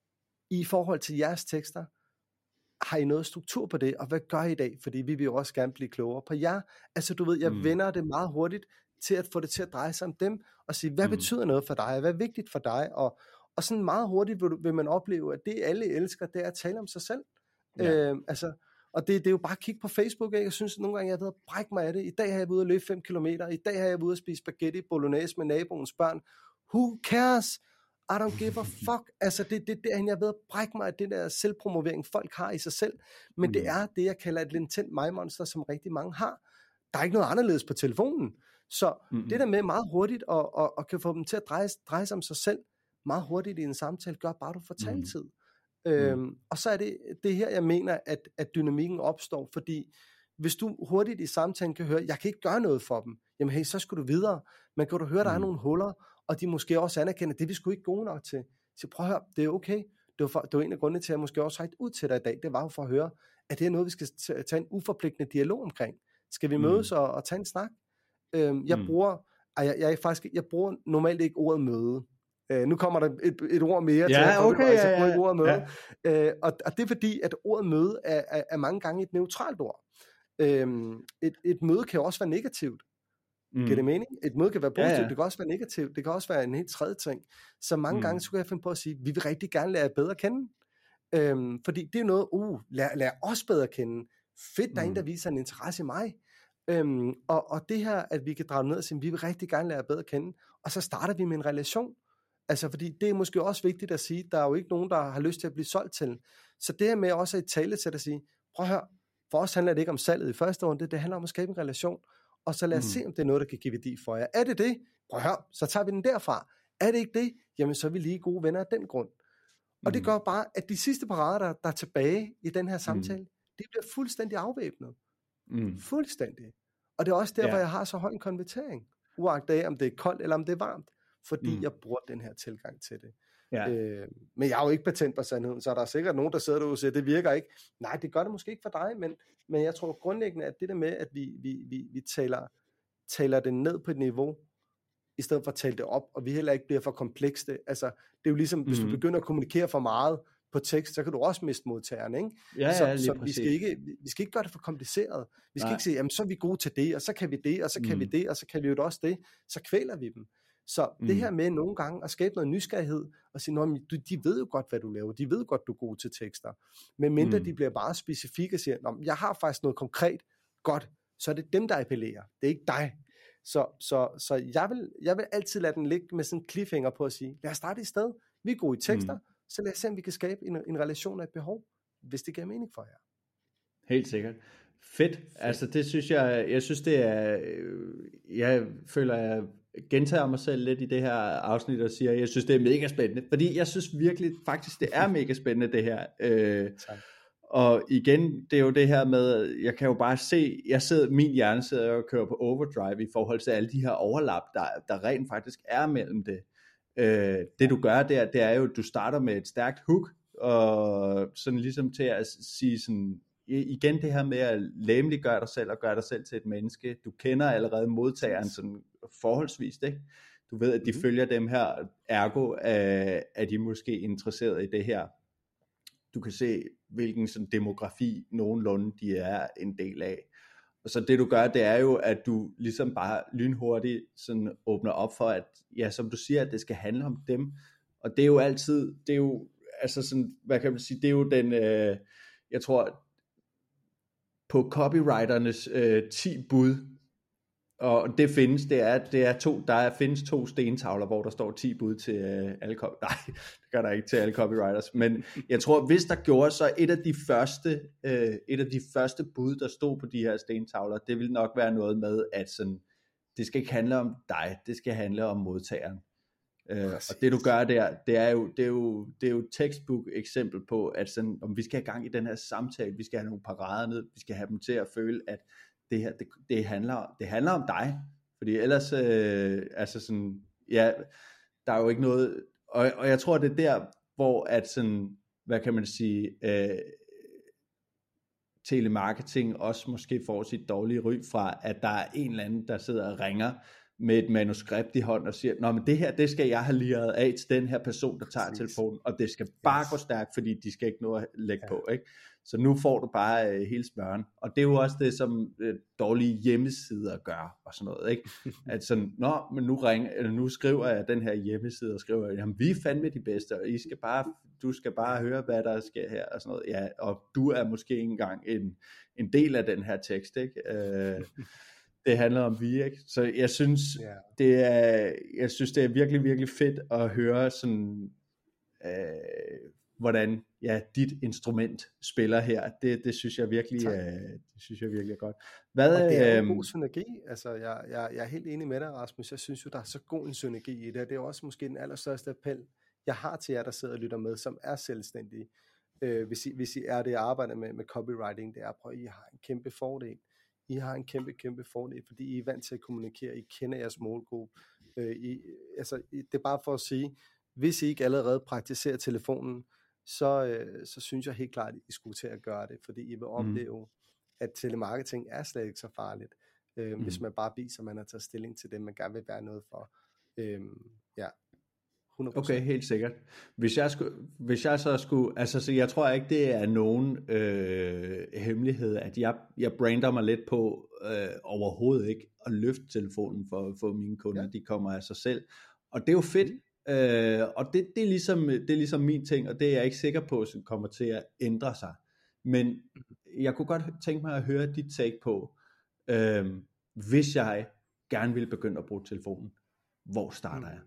S2: i forhold til jeres tekster, har I noget struktur på det, og hvad gør I i dag? Fordi vi vil jo også gerne blive klogere på jer. Altså, du ved, jeg vender det meget hurtigt til at få det til at dreje sig om dem, og sige, hvad betyder noget for dig? Hvad er vigtigt for dig? Og sådan meget hurtigt vil man opleve, at det alle elsker, det er at tale om sig selv. Ja. Og det er jo bare at kigge på Facebook, ikke? Jeg synes nogle gange, jeg er ved at brække mig af det. I dag har jeg været ude at løbe 5 kilometer. I dag har jeg været ude at spise spaghetti bolognese med naboens børn. Who cares? I don't give a fuck. Altså det er derhen, jeg er ved at brække mig af det der selvpromovering, folk har i sig selv. Men det er det, jeg kalder et latent mig-monster, som rigtig mange har. Der er ikke noget anderledes på telefonen. Så det der med meget hurtigt og kan få dem til at dreje sig om sig selv, meget hurtigt i en samtale, gør bare, du får taletid. Og så er det her, jeg mener, at dynamikken opstår, fordi hvis du hurtigt i samtalen kan høre, jeg kan ikke gøre noget for dem, jamen hey, så skal du videre. Men kan du høre, der er nogle huller, og de måske også anerkender, det er vi sgu ikke gode nok til. Så prøv at høre, det er okay. Det var en af grundene til, at jeg måske også har et ud til dig i dag, det var jo for at høre, at det er noget, vi skal tage en uforpligtende dialog omkring. Skal vi mødes og tage en snak? Jeg bruger normalt ikke ordet møde. Nu kommer der et ord mere til, jeg bruger ikke ordet møde. Ja. Og det er fordi, at ordet møde er mange gange et neutralt ord. Et møde kan jo også være negativt. Giver det mening? Et møde kan være positivt, det kan også være negativt, det kan også være en helt tredje ting. Så mange gange så kan jeg finde på at sige, vi vil rigtig gerne lære jer bedre at kende. Fordi det er noget, lær os bedre at kende. Fedt, der er en, der viser en interesse i mig. Og det her, at vi kan drage ned og sige, vi vil rigtig gerne lære jer bedre at kende. Og så starter vi med en relation. Altså, fordi det er måske også vigtigt at sige, der er jo ikke nogen, der har lyst til at blive solgt til. Så det her med også et tale til at sige, prøv at høre, for os handler det ikke om salget i første runde, det handler om at skabe en relation, og så lad os se, om det er noget, der kan give værdi for jer. Er det det? Prøv at høre, så tager vi den derfra. Er det ikke det? Jamen, så er vi lige gode venner af den grund. Og det gør bare, at de sidste parader, der er tilbage i den her samtale, de bliver fuldstændig afvæbnet. Fuldstændig. Og det er også derfor, jeg har så høj en konvertering, uagtet om det er koldt eller om det er varmt. Fordi jeg bruger den her tilgang til det. Ja. Men jeg er jo ikke patent på sandheden, så der er sikkert nogen, der sidder derude og siger, det virker ikke. Nej, det gør det måske ikke for dig, men jeg tror grundlæggende, at det der med, at vi taler det ned på et niveau, i stedet for at tale det op, og vi heller ikke bliver for komplekse. Altså, det er jo ligesom, hvis du begynder at kommunikere for meget på tekst, så kan du også miste modtageren, ikke? Så vi skal ikke gøre det for kompliceret. Vi skal ikke sige, jamen så er vi gode til det, og så kan vi det, og så kan vi det, og så kan vi jo også det. Så kvæler vi dem. Så det her med nogle gange at skabe noget nysgerrighed, og sige, de ved jo godt, hvad du laver, de ved godt, du er god til tekster, men mindre de bliver bare specifikke og siger, jeg har faktisk noget konkret, godt, så er det dem, der appellerer, det er ikke dig. Så jeg vil altid lade den ligge med sådan en cliffhanger på at sige, lad os starte i sted, vi er gode i tekster, så lad os se, om vi kan skabe en relation af et behov, hvis det giver mening for jer.
S1: Helt sikkert. Fedt. Altså det synes jeg synes det er, jeg føler, jeg gentager mig selv lidt i det her afsnit og siger, jeg synes det er mega spændende, fordi jeg synes virkelig faktisk det er mega spændende det her. Og igen, det er jo det her med, jeg kan jo bare se, min hjerne sidder og kører på overdrive i forhold til alle de her overlap, der rent faktisk er mellem det. Det du gør der, det er jo, du starter med et stærkt hook, og sådan ligesom til at sige sådan, igen det her med at lægemliggøre dig selv og gøre dig selv til et menneske. Du kender allerede modtageren sådan forholdsvis, ikke? Du ved, at de følger dem her, ergo er de måske interesseret i det her. Du kan se, hvilken sådan demografi nogenlunde de er en del af. Og så det du gør, det er jo, at du ligesom bare lynhurtigt sådan åbner op for, at ja, som du siger, at det skal handle om dem. Og det er jo altid, det er jo, altså sådan, hvad kan man sige, det er jo den, jeg tror, på copywriternes 10 bud, og det findes, der findes 2 stentavler, hvor der står 10 bud til alle nej, det gør der ikke til alle copywriters, men jeg tror, hvis der gjorde så et af de første bud, der stod på de her stentavler, det ville nok være noget med, at sådan, det skal ikke handle om dig, det skal handle om modtageren. Og det du gør der, det er jo et textbook eksempel på, at sådan, om vi skal have gang i den her samtale, vi skal have nogle parader ned, vi skal have dem til at føle, at det her, det handler om dig, fordi ellers, altså sådan, ja, der er jo ikke noget, og jeg tror, det er der, hvor at sådan, hvad kan man sige, telemarketing også måske får sit dårlige ry fra, at der er en eller anden, der sidder og ringer med et manuskript i hånden og siger, nå, men det her, det skal jeg have lirret af til den her person, der tager telefonen, og det skal bare gå stærkt, fordi de skal ikke nå at lægge på, ikke? Så nu får du bare hele smøren, og det er jo også det, som dårlige hjemmesider gør, og sådan noget, ikke? At sådan, nå, men nu skriver jeg den her hjemmeside, og skriver, jamen vi er fandme de bedste, og du skal bare høre, hvad der sker her, og sådan noget, ja, og du er måske ikke engang en del af den her tekst, ikke? Det handler om vi, ikke? Så jeg synes, det er virkelig, virkelig fedt at høre sådan, hvordan dit instrument spiller her. Det synes jeg virkelig, er godt.
S2: Og det er jo en god synergi. Altså, jeg er helt enig med dig, Rasmus. Jeg synes jo, der er så god en synergi i det. Det er også måske den allerstørste appel, jeg har til jer, der sidder og lytter med, som er selvstændige. Hvis I er det, jeg arbejder med copywriting, det er, prøv, I har en kæmpe fordel. I har en kæmpe fordel, fordi I er vant til at kommunikere, I kender jeres målgruppe. Det er bare for at sige, hvis I ikke allerede praktiserer telefonen, så synes jeg helt klart, at I skulle til at gøre det, fordi I vil opleve, at telemarketing er slet ikke så farligt, hvis man bare viser, at man har taget stilling til det, man gerne vil være noget for. 100%.
S1: Okay, helt sikkert. Hvis jeg så skulle, altså så jeg tror ikke, det er nogen hemmelighed, at jeg brander mig lidt på overhovedet ikke at løfte telefonen for mine kunder, de kommer af sig selv, og det er jo fedt, og det er ligesom min ting, og det er jeg ikke sikker på, som kommer til at ændre sig, men jeg kunne godt tænke mig at høre dit take på, hvis jeg gerne vil begynde at bruge telefonen, hvor starter jeg?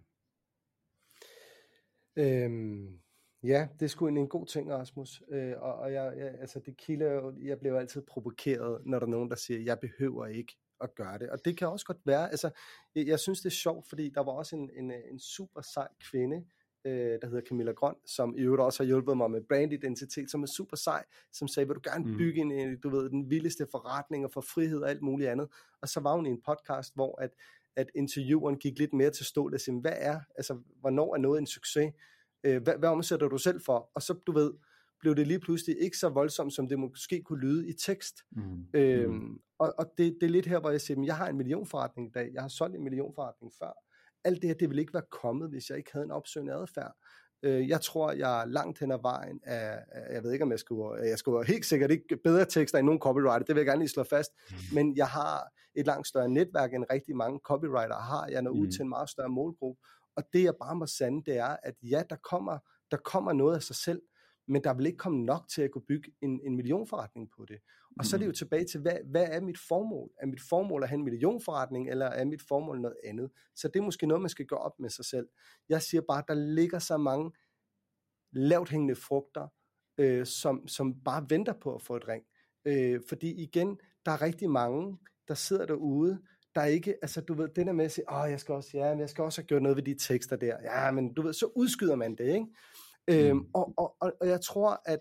S2: Ja, det er sgu en god ting, Rasmus, og altså det kilder jo, jeg bliver jo altid provokeret, når der er nogen, der siger, jeg behøver ikke at gøre det, og det kan også godt være, altså jeg synes det er sjovt, fordi der var også en super sej kvinde, der hedder Camilla Grøn, som i øvrigt også har hjulpet mig med brandidentitet, som er super sej, som sagde, vil du gerne bygge den vildeste forretning og få frihed og alt muligt andet, og så var hun i en podcast, hvor at intervieweren gik lidt mere til stålet og sige, hvornår er noget en succes? Hvad omsætter du selv for? Og så, blev det lige pludselig ikke så voldsomt, som det måske kunne lyde i tekst. Og det er lidt her, hvor jeg siger, jeg har en millionforretning i dag, jeg har solgt en millionforretning før. Alt det her, det ville ikke være kommet, hvis jeg ikke havde en opsøgende adfærd. Jeg tror, jeg er langt hen ad vejen af, jeg ved ikke, om jeg skriver helt sikkert ikke bedre tekster end nogen copywriter, det vil jeg gerne lige slå fast, men jeg har et langt større netværk, end rigtig mange copywriter har. Jeg når ud til en meget større målgruppe, og det jeg bare må sande, det er, at ja, der kommer noget af sig selv, men der vil ikke komme nok til at kunne bygge en millionforretning på det. Og så er det jo tilbage til, hvad er mit formål? Er mit formål at have en millionforretning, eller er mit formål noget andet? Så det er måske noget, man skal gøre op med sig selv. Jeg siger bare, at der ligger så mange lavt hængende frugter, som bare venter på at få et ring. Fordi igen, der er rigtig mange, der sidder derude, der ikke, altså du ved, det der med at sige, jeg skal også have gjort noget ved de tekster der. Ja, men du ved, så udskyder man det, ikke? Og jeg tror,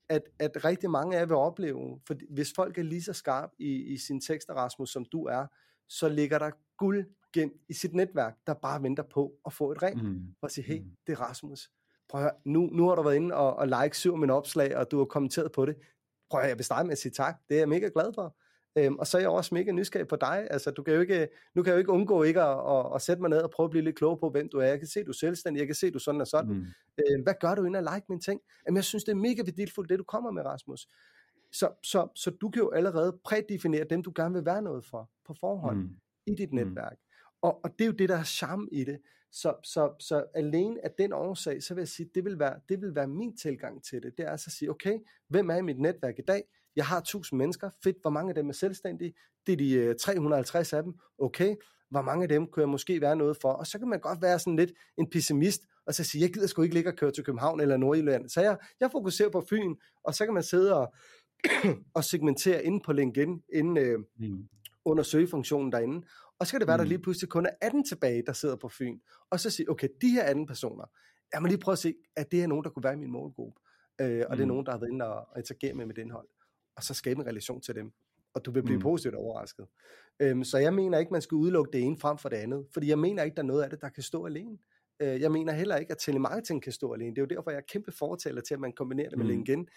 S2: at rigtig mange af jer vil opleve, for hvis folk er lige så skarp i sine tekster, Rasmus, som du er, så ligger der guld gemt i sit netværk, der bare venter på at få et ring, og sige, hey, det er Rasmus. Prøv at høre, nu har du været inde og like 7 af mine opslag, og du har kommenteret på det. Prøv at høre, jeg vil starte med at sige tak. Det er jeg mega glad for. Og så er jeg også mega nysgerrig på dig. Altså, nu kan jeg jo ikke undgå ikke at sætte mig ned og prøve at blive lidt klogere på, hvem du er. Jeg kan se, du er selvstændig. Jeg kan se, du er sådan og sådan. Hvad gør du inden at like mine ting? Jamen, jeg synes, det er mega værdifuldt, det du kommer med, Rasmus. Så du kan jo allerede prædefinere dem, du gerne vil være noget for på forhånd i dit netværk. Og det er jo det, der er charme i det. Så alene af den årsag, så vil jeg sige, det vil være min tilgang til det. Det er altså at sige, okay, hvem er i mit netværk i dag? Jeg har 1000 mennesker. Fedt, hvor mange af dem er selvstændige? Det er de 350 af dem. Okay, hvor mange af dem kunne jeg måske være noget for? Og så kan man godt være sådan lidt en pessimist, og så sige, jeg gider sgu ikke ligge og køre til København eller Nordjylland. Så jeg fokuserer på Fyn, og så kan man sidde og segmentere inde på LinkedIn, under søgefunktionen derinde. Og så kan det være, der lige pludselig kun er 18 tilbage, der sidder på Fyn. Og så sige, okay, de her 18 personer, jeg må lige prøve at se, at det er nogen, der kunne være i min målgruppe. Og det er nogen, der har været inde og interagere med mit indhold. Og så skabe en relation til dem. Og du vil blive positivt overrasket. Så jeg mener ikke, man skal udelukke det ene frem for det andet. Fordi jeg mener ikke, der er noget af det, der kan stå alene. Jeg mener heller ikke, at telemarketing kan stå alene. Det er jo derfor, jeg er kæmpe fortaler til, at man kombinerer det med LinkedIn.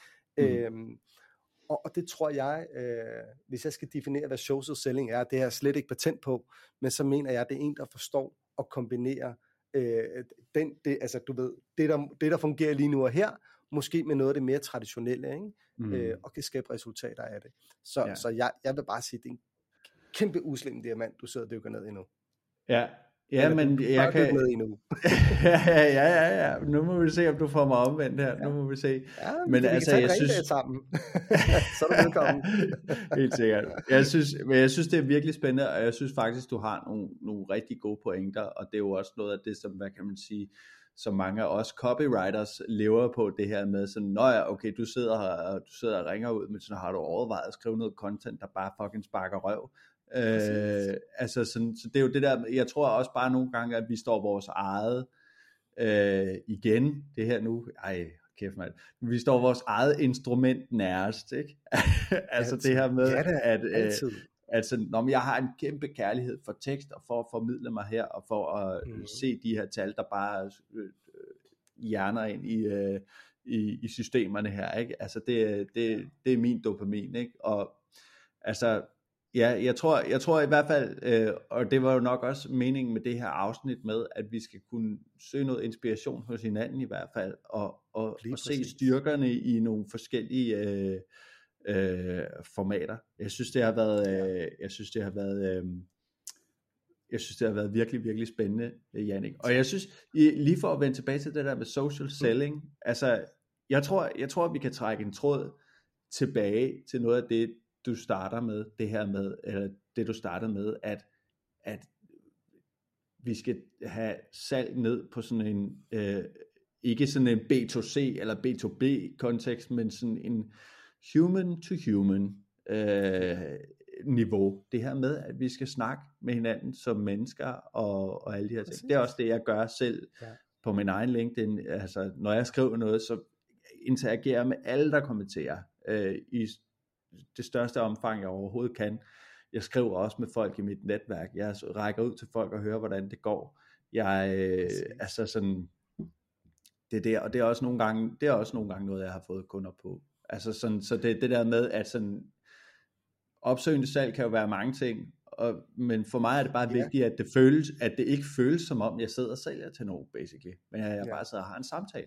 S2: Og det tror jeg, hvis jeg skal definere, hvad social selling er, det har jeg slet ikke patent på, men så mener jeg, at det er en, der forstår at kombinere altså du ved, det der fungerer lige nu og her, måske med noget af det mere traditionelle, ikke? Og kan skabe resultater af det. Så jeg vil bare sige, det er en kæmpe uslem diamant, du sidder og dykker ned i nu.
S1: Ja, men jeg kan...
S2: med endnu.
S1: ja. Nu må vi se, om du får mig omvendt her. Nu må vi se.
S2: Ja, men altså, jeg synes... sammen. Så er du velkommen.
S1: Helt sikkert. Jeg synes, det er virkelig spændende, og jeg synes faktisk, du har nogle rigtig gode pointer, og det er jo også noget af det, som, hvad kan man sige, som mange af os copywriters lever på, det her med sådan, okay, du sidder og ringer ud, men så har du overvejet at skrive noget content, der bare fucking sparker røv. Altså sådan, så det er jo det der, jeg tror også bare nogle gange, at vi står vores eget igen, det her nu, kæft mand, vi står vores eget instrument nærmest, ikke? Altså det her med, at jeg har en kæmpe kærlighed for tekst, og for at formidle mig her, og for at se de her tal, der bare hjerner ind i systemerne her, ikke? Altså det er min dopamin, ikke? Og altså, ja, jeg tror i hvert fald, og det var jo nok også meningen med det her afsnit med, at vi skal kunne søge noget inspiration hos hinanden i hvert fald, og se styrkerne i nogle forskellige formater. Jeg synes det har været virkelig, virkelig spændende, Jannik. Og jeg synes, lige for at vende tilbage til det der med social selling, altså jeg tror at vi kan trække en tråd tilbage til noget af det, du starter med, det her med, eller det du startede med, at vi skal have salg ned på sådan en, ikke sådan en B2C eller B2B kontekst, men sådan en human to human niveau. Det her med, at vi skal snakke med hinanden som mennesker og alle de her ting. Det er også det, jeg gør selv på min egen LinkedIn. Altså, når jeg skriver noget, så interagerer med alle, der kommenterer i det største omfang, jeg overhovedet kan. Jeg skriver også med folk i mit netværk. Jeg rækker ud til folk og hører, hvordan det går. Altså sådan, det der, og det er også nogle gange noget, jeg har fået kunder på. Altså sådan, så det der med, at sådan, opsøgende salg kan jo være mange ting, men for mig er det bare vigtigt, at det ikke føles som om, jeg sidder og sælger til nogen, basically. Men jeg bare sidder og har en samtale.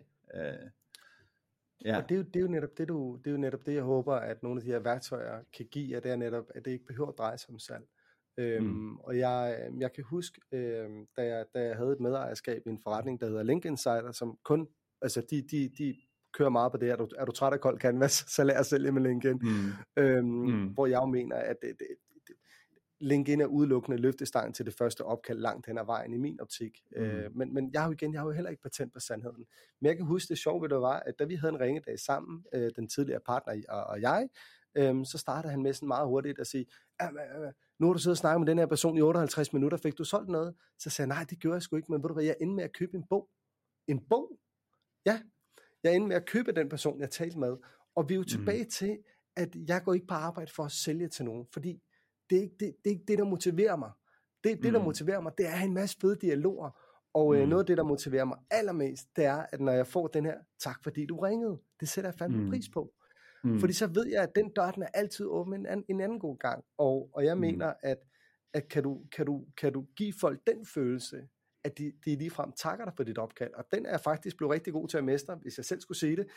S2: Og det er jo netop det, jeg håber, at nogle af de her værktøjer kan give, at det er netop, at det ikke behøver at dreje sig om salg. Og jeg kan huske, da jeg havde et medejerskab i en forretning, der hedder Link Insider, som kun, altså de kører meget på det, er du træt af kold canvas, så lad os sælge med LinkedIn. Hvor jeg jo mener, at LinkedIn er udelukkende løftestang til det første opkald langt hen ad vejen i min optik. Men jeg har jo heller ikke patent på sandheden. Men jeg kan huske, det sjove ved det var, at da vi havde en ringedag sammen, den tidligere partner og jeg, så startede han med sådan meget hurtigt at sige, nu har du siddet og snakket med den her person i 58 minutter, fik du solgt noget? Så sagde jeg, nej, det gjorde jeg sgu ikke, men ved du hvad, jeg endte med at købe en bog. En bog? Ja, jeg endte med at købe den person, jeg talte med. Og vi er jo tilbage til, at jeg går ikke på arbejde for at sælge til nogen, fordi det er ikke det, der motiverer mig. Det, der motiverer mig, det er at have en masse fede dialoger. Og noget af det, der motiverer mig allermest, det er, at når jeg får den her, tak fordi du ringede, det sætter jeg fandme pris på. Fordi så ved jeg, at den dør, den er altid åben en anden god gang. Og jeg mener, at kan du give folk den følelse, at de ligefrem takker dig for dit opkald, og den er jeg faktisk blevet rigtig god til at mestre, hvis jeg selv skulle sige det,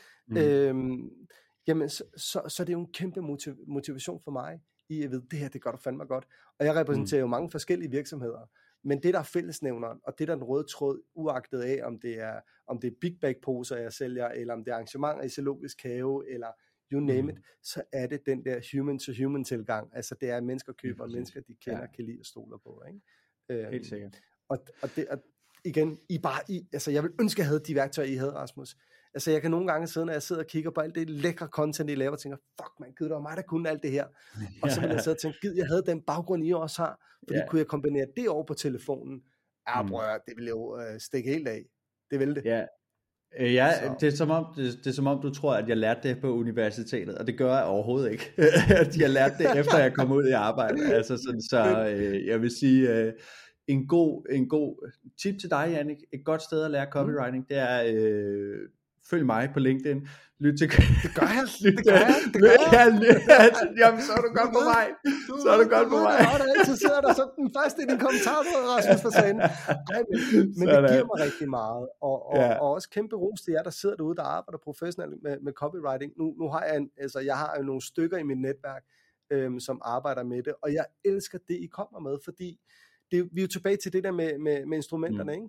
S2: jamen så er det jo en kæmpe motivation for mig, i at vide, det her, det gør du fandme godt. Og jeg repræsenterer jo mange forskellige virksomheder, men det der er fællesnævneren, og det der er den røde tråd, uagtet af, om det er big bag poser, jeg sælger, eller om det er arrangementer i zoologisk have, eller you name it, så er det den der human-to-human tilgang. Altså det er, at mennesker køber, mennesker de kender, kan lide og stoler på. Ikke?
S1: Helt sikkert.
S2: Og igen, altså jeg vil ønske, at jeg havde de værktøjer, I havde, Rasmus. Altså jeg kan nogle gange sidde, når jeg sidder og kigger på alt det lækre content, I laver, og tænker, fuck man, gid, det var mig, der kunne alt det her. Og så vil jeg sidde og tænke, gid, jeg havde den baggrund, I også har, fordi kunne jeg kombinere det over på telefonen? Ja, bror, det ville jo stikke helt af. Det ville det.
S1: Ja, det er som om du tror, at jeg lærte det på universitetet, og det gør jeg overhovedet ikke. Jeg lærte det efter jeg kom ud i arbejde. Altså så jeg vil sige, en god tip til dig, Jannik, et godt sted at lære copywriting, det er følg mig på LinkedIn. Lyt til
S2: det gør jeg.
S1: Jamen, så er du godt på vej. Så er du godt på vej.
S2: Så sidder der så den første i din kommentar, Rasmus, for sagen. Men det giver mig rigtig meget. Og også kæmpe ros til jer, der sidder derude, der arbejder professionelt med copywriting. Nu har jeg har jo nogle stykker i mit netværk, som arbejder med det, og jeg elsker det, I kommer med, fordi vi er jo tilbage til det der med instrumenterne, ikke?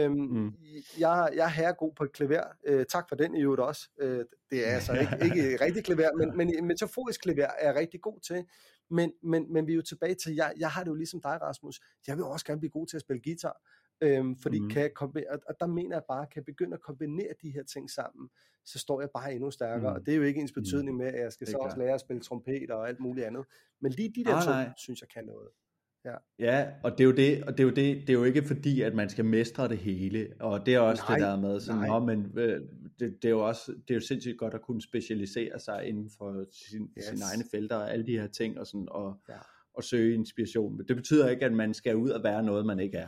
S2: Jeg er herregod på et klaver. Tak for den i øvrigt også. Det er altså ikke rigtig klaver, men metaforisk klaver er jeg rigtig god til. Men vi er jo tilbage til, jeg har det jo ligesom dig, Rasmus. Jeg vil også gerne blive god til at spille guitar. Fordi kan jeg og der mener jeg bare, kan jeg begynde at kombinere de her ting sammen, så står jeg bare endnu stærkere. Og det er jo ikke ens betydning med, at jeg skal så også lære at spille trompet og alt muligt andet. Men lige de der to, synes jeg kan noget.
S1: Ja, og det er jo det, og det er jo ikke fordi, at man skal mestre det hele, og det er også det der med sådan, men det er jo også, det er jo sindssygt godt at kunne specialisere sig inden for sine egne felter og alle de her ting og sådan og søge inspiration. Det betyder ikke, at man skal ud og være noget, man ikke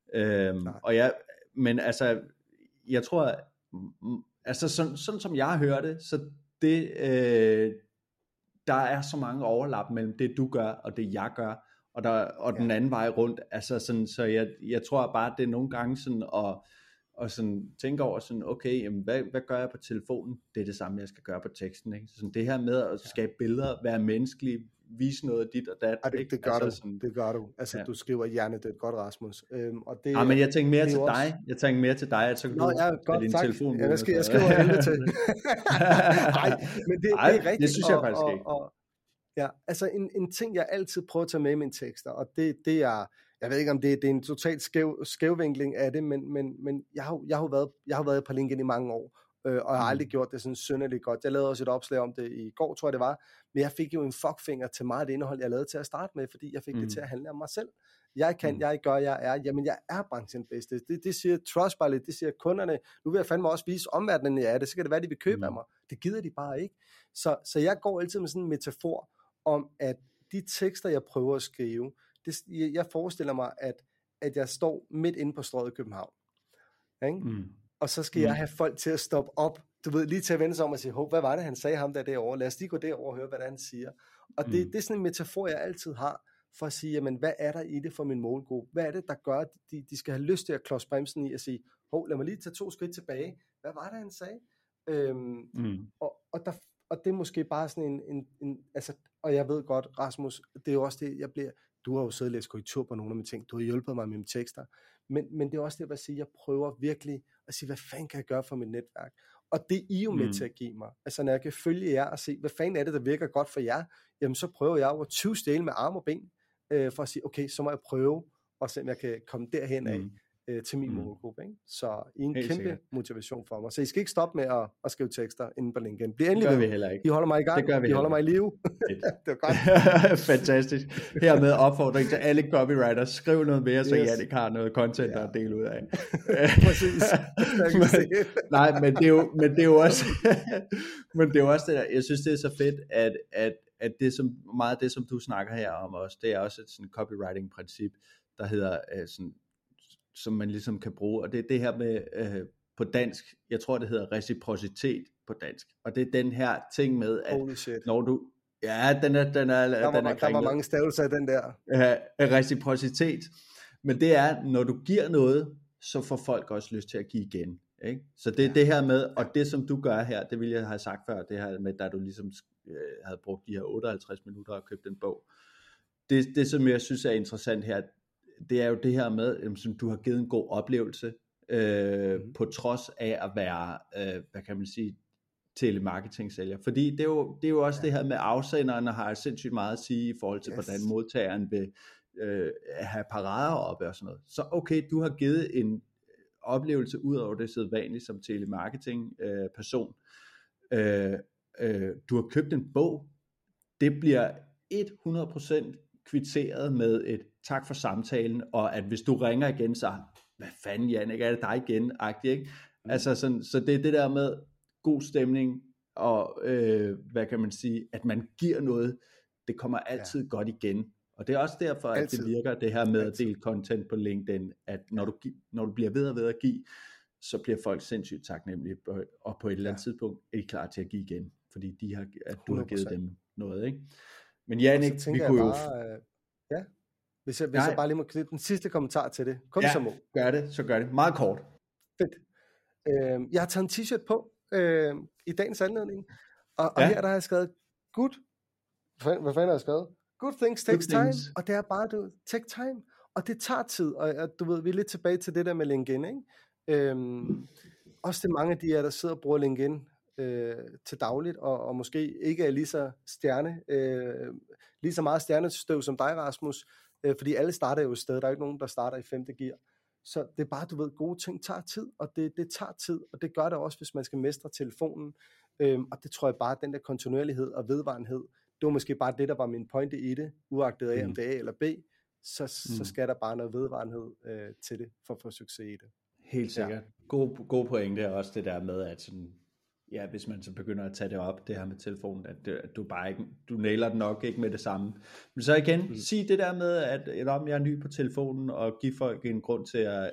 S1: er. Men altså, jeg tror, altså sådan som jeg hører det, så det der er så mange overlap mellem det du gør og det jeg gør. Og den anden vej rundt, altså sådan, så jeg tror bare, det er nogle gange sådan, og sådan tænke over sådan, okay, jamen, hvad gør jeg på telefonen? Det er det samme, jeg skal gøre på teksten, ikke? Så sådan, det her med at skabe billeder, være menneskelig, vise noget dit og dat.
S2: Det gør du, sådan, det gør du. Altså, du skriver hjernedødt godt, Rasmus. Og det,
S1: men jeg tænker mere til dig. Jeg tænker mere til dig, at så kan du
S2: godt,
S1: din telefon.
S2: Jeg skriver helvede til. Nej, men det er rigtigt.
S1: Det synes jeg faktisk ikke.
S2: Ja, altså en ting, jeg altid prøver at tage med i mine tekster, og det er, jeg ved ikke om det er en totalt skævvinkling af det, men jeg har været på LinkedIn i mange år, og jeg har aldrig gjort det sådan synderligt godt. Jeg lavede også et opslag om det i går, tror jeg det var, men jeg fik jo en fuckfinger til meget af det indhold, jeg lavede til at starte med, fordi jeg fik det til at handle om mig selv. Jeg kan, jeg gør, jeg er, jamen jeg er branchen bedste. Det siger Trustpilot, det siger kunderne, nu vil jeg fandme også vise omverdenen, jeg er det, så kan det være, de vil købe af mig. Det gider de bare ikke. Så jeg går altid med sådan en metafor, om at de tekster, jeg prøver at skrive, jeg forestiller mig, at jeg står midt inde på Strøget i København. Og så skal jeg have folk til at stoppe op, du ved, lige til at vende sig om og sige, hvad var det, han sagde ham der derovre? Lad os lige gå derover og høre, hvad det han siger. Og det er sådan en metafor, jeg altid har, for at sige, jamen, hvad er der i det for min målgruppe? Hvad er det, der gør, at de skal have lyst til at klodse bremsen i og sige, lad mig lige tage 2 skridt tilbage. Hvad var det, han sagde? Og det er måske bare sådan en altså, og jeg ved godt, Rasmus, det er jo også det, du har jo siddet og læst korrektur på nogle af mine ting, du har hjulpet mig med mine tekster, men det er også det, jeg siger, jeg prøver virkelig at sige, hvad fanden kan jeg gøre for mit netværk? Og det er I jo med til at give mig. Altså, når jeg kan følge jer og se, hvad fanden er det, der virker godt for jer, jamen så prøver jeg jo at 20 stille med arm og ben, for at sige, okay, så må jeg prøve, og se om jeg kan komme derhen af. til min målgruppe. Ikke? Så I er en
S1: Helt
S2: kæmpe
S1: sikkert.
S2: motivation for mig. Så I skal ikke stoppe med at skrive tekster inde på LinkedIn. Bliv endelig
S1: Det gør
S2: ved.
S1: vi heller ikke.
S2: I holder mig i gang.
S1: Det gør vi
S2: I holder mig i live.
S1: Fedt.
S2: Det var godt.
S1: Fantastisk. Hermed opfordring til alle copywriters. Skriv noget mere, så
S2: Yes.
S1: Jannik har noget content at dele ud af.
S2: Præcis.
S1: Nej, men det er jo også men det er jo også det der, jeg synes det er så fedt, at det som meget af det som du snakker her om også, det er også et sådan copywriting princip, der hedder sådan, som man ligesom kan bruge, og det er det her med på dansk, jeg tror det hedder reciprocitet på dansk, og det er den her ting med, at når du, ja, den er
S2: der var mange stavelser i den der.
S1: Reciprocitet, men det er, når du giver noget, så får folk også lyst til at give igen. Ikke? Så det er det her med, og det som du gør her, det ville jeg have sagt før, det her med, da du ligesom havde brugt de her 58 minutter og købt en bog. Det som jeg synes er interessant her, det er jo det her med, som du har givet en god oplevelse, på trods af at være, hvad kan man sige, telemarketing-sælger. Fordi det er jo også det her med afsenderne har sindssygt meget at sige i forhold til, hvordan modtageren vil have parader oppe og sådan noget. Så okay, du har givet en oplevelse ud over det sædvanlige som telemarketing person. Du har købt en bog. Det bliver 100% kvitteret med et tak for samtalen, og at hvis du ringer igen, så hvad fanden Jannik, er det dig igen? Agtigt, ikke? Altså sådan, så det er det der med god stemning, og hvad kan man sige, at man giver noget, det kommer altid godt igen. Og det er også derfor, at det virker det her med at dele content på LinkedIn, at når du bliver ved og ved at give, så bliver folk sindssygt taknemmelige, og på et eller andet tidspunkt er de klar til at give igen, fordi du har givet dem noget, ikke? Men Jannik, vi kunne jo...
S2: Hvis jeg bare lige må knytte den sidste kommentar til det. Kom så må.
S1: Gør det. Meget kort.
S2: Fedt. Jeg har taget en t-shirt på i dagens anledning, og her der har jeg skrevet, hvad fanden har jeg skrevet? Good things takes time, og det er bare, take time, og det tager tid, og du ved, vi er lidt tilbage til det der med LinkedIn, ikke? Også det mange af de her, der sidder og bruger LinkedIn til dagligt, og måske ikke er lige så meget stjernestøv som dig, Rasmus, fordi alle starter jo et sted, der er ikke nogen, der starter i 5. gear. Så det er bare, du ved, gode ting tager tid, og det tager tid, og det gør det også, hvis man skal mestre telefonen, og det tror jeg bare, den der kontinuerlighed og vedvarenhed, det var måske bare det, der var min pointe i det, uagtet af, om det er A eller B, så skal der bare noget vedvarenhed til det, for at få succes i det.
S1: Helt sikkert. God pointe er også det der med, at sådan, ja, hvis man så begynder at tage det op, det her med telefonen, at du bare ikke, du nailer den nok ikke med det samme. Men så igen, sig det der med, at om jeg er ny på telefonen, og give folk en grund til at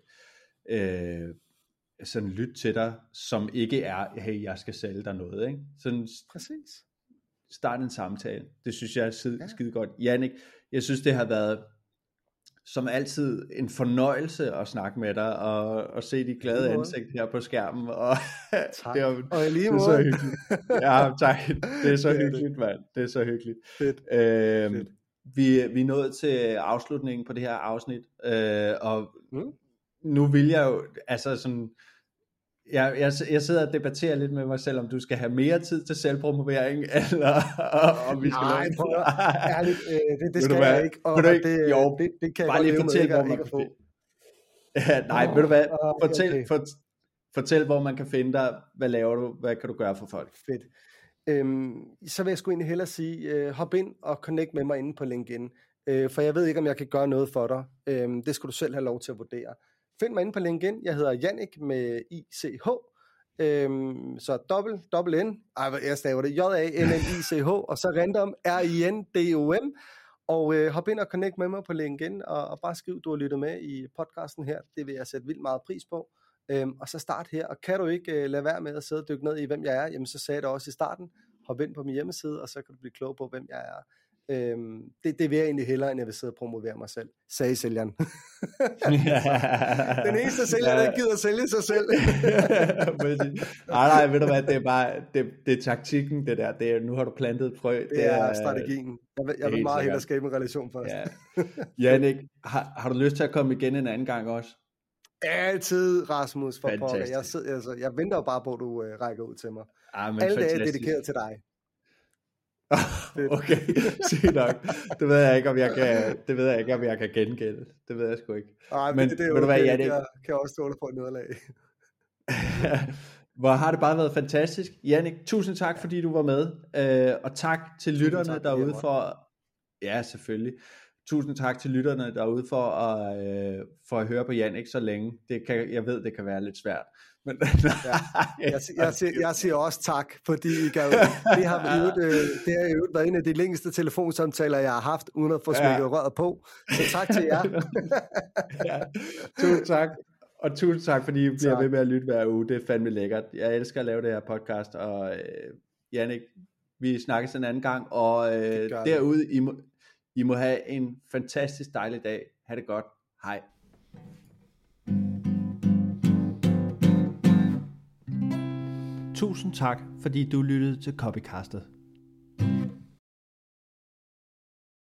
S1: sådan lytte til dig, som ikke er, hey, jeg skal sælge dig noget, ikke? Sådan,
S2: præcis.
S1: Start en samtale. Det synes jeg er skide godt. Jannik, jeg synes det har været som altid en fornøjelse at snakke med dig og se dit glade ansigt her på skærmen. Og
S2: tak.
S1: det
S2: og lige
S1: det er så hyggeligt. Ja, tak. Det er så hyggeligt, mand. Det er så hyggeligt.
S2: Fedt.
S1: Vi er nået til afslutningen på det her afsnit, og nu vil jeg jo, altså sådan, jeg sidder og debatterer lidt med mig selv, om du skal have mere tid til selvpromovering, eller om vi skal
S2: lade. Nej, ærligt, det skal jeg ikke. Og det kan
S1: bare lige fortælle, hvor man kan finde. Nej, ved du hvad, fortæl, hvor man kan finde dig. Hvad laver du? Hvad kan du gøre for folk?
S2: Fedt. Så vil jeg sgu egentlig hellere sige, hop ind og connect med mig inde på LinkedIn, for jeg ved ikke, om jeg kan gøre noget for dig. Det skal du selv have lov til at vurdere. Find mig inde på LinkedIn. Jeg hedder Jannik med ICH. Så dobbelt N. Jeg staver det JANNICH. Og så random RINDOM. Og hop ind og connect med mig på LinkedIn. Og bare skriv, du har lyttet med i podcasten her. Det vil jeg sætte vildt meget pris på. Og så start her. Og kan du ikke lade være med at sidde og dykke ned i, hvem jeg er, jamen så sagde jeg det også i starten. Hop ind på min hjemmeside, og så kan du blive klog på, hvem jeg er. Det vil jeg egentlig hellere, end jeg vil sidde og promovere mig selv, sagde sælgeren. Den eneste sælger, der ikke gider at sælge sig selv.
S1: Nej, ved du hvad, det er bare, det er taktikken, det der. Det er, nu har du plantet frø.
S2: Det er strategien. Jeg vil meget hellere skabe en relation først.
S1: Ja. Jannik, har du lyst til at komme igen en anden gang også?
S2: Altid, Rasmus, for pokker. Jeg venter jo bare på, at du rækker ud til mig. Alt er dedikeret til dig.
S1: Okay, sygt nok. Det ved jeg ikke, om jeg kan gengælde. Det ved jeg sgu ikke.
S2: Nej, men det er jo okay. Jeg kan også stå der på et nederlag.
S1: Hvor har det bare været fantastisk. Jannik, tusind tak, fordi du var med. Og tak til lytterne derude for... Ja, selvfølgelig. Tusind tak til lytterne derude for at høre på Jannik så længe. Jeg ved, det kan være lidt svært. Men,
S2: jeg siger også tak, fordi det har jo været en af de længste telefonsamtaler, jeg har haft, uden at få smækket røret på. Så tak til jer.
S1: Tusind tak. Og tusind tak, fordi I bliver ved med at lytte hver uge. Det er fandme lækkert. Jeg elsker at lave det her podcast. Og Jannik, vi snakkes en anden gang. Og derude, I må have en fantastisk dejlig dag. Ha' det godt. Hej. Tusind tak, fordi du lyttede til Copycastet.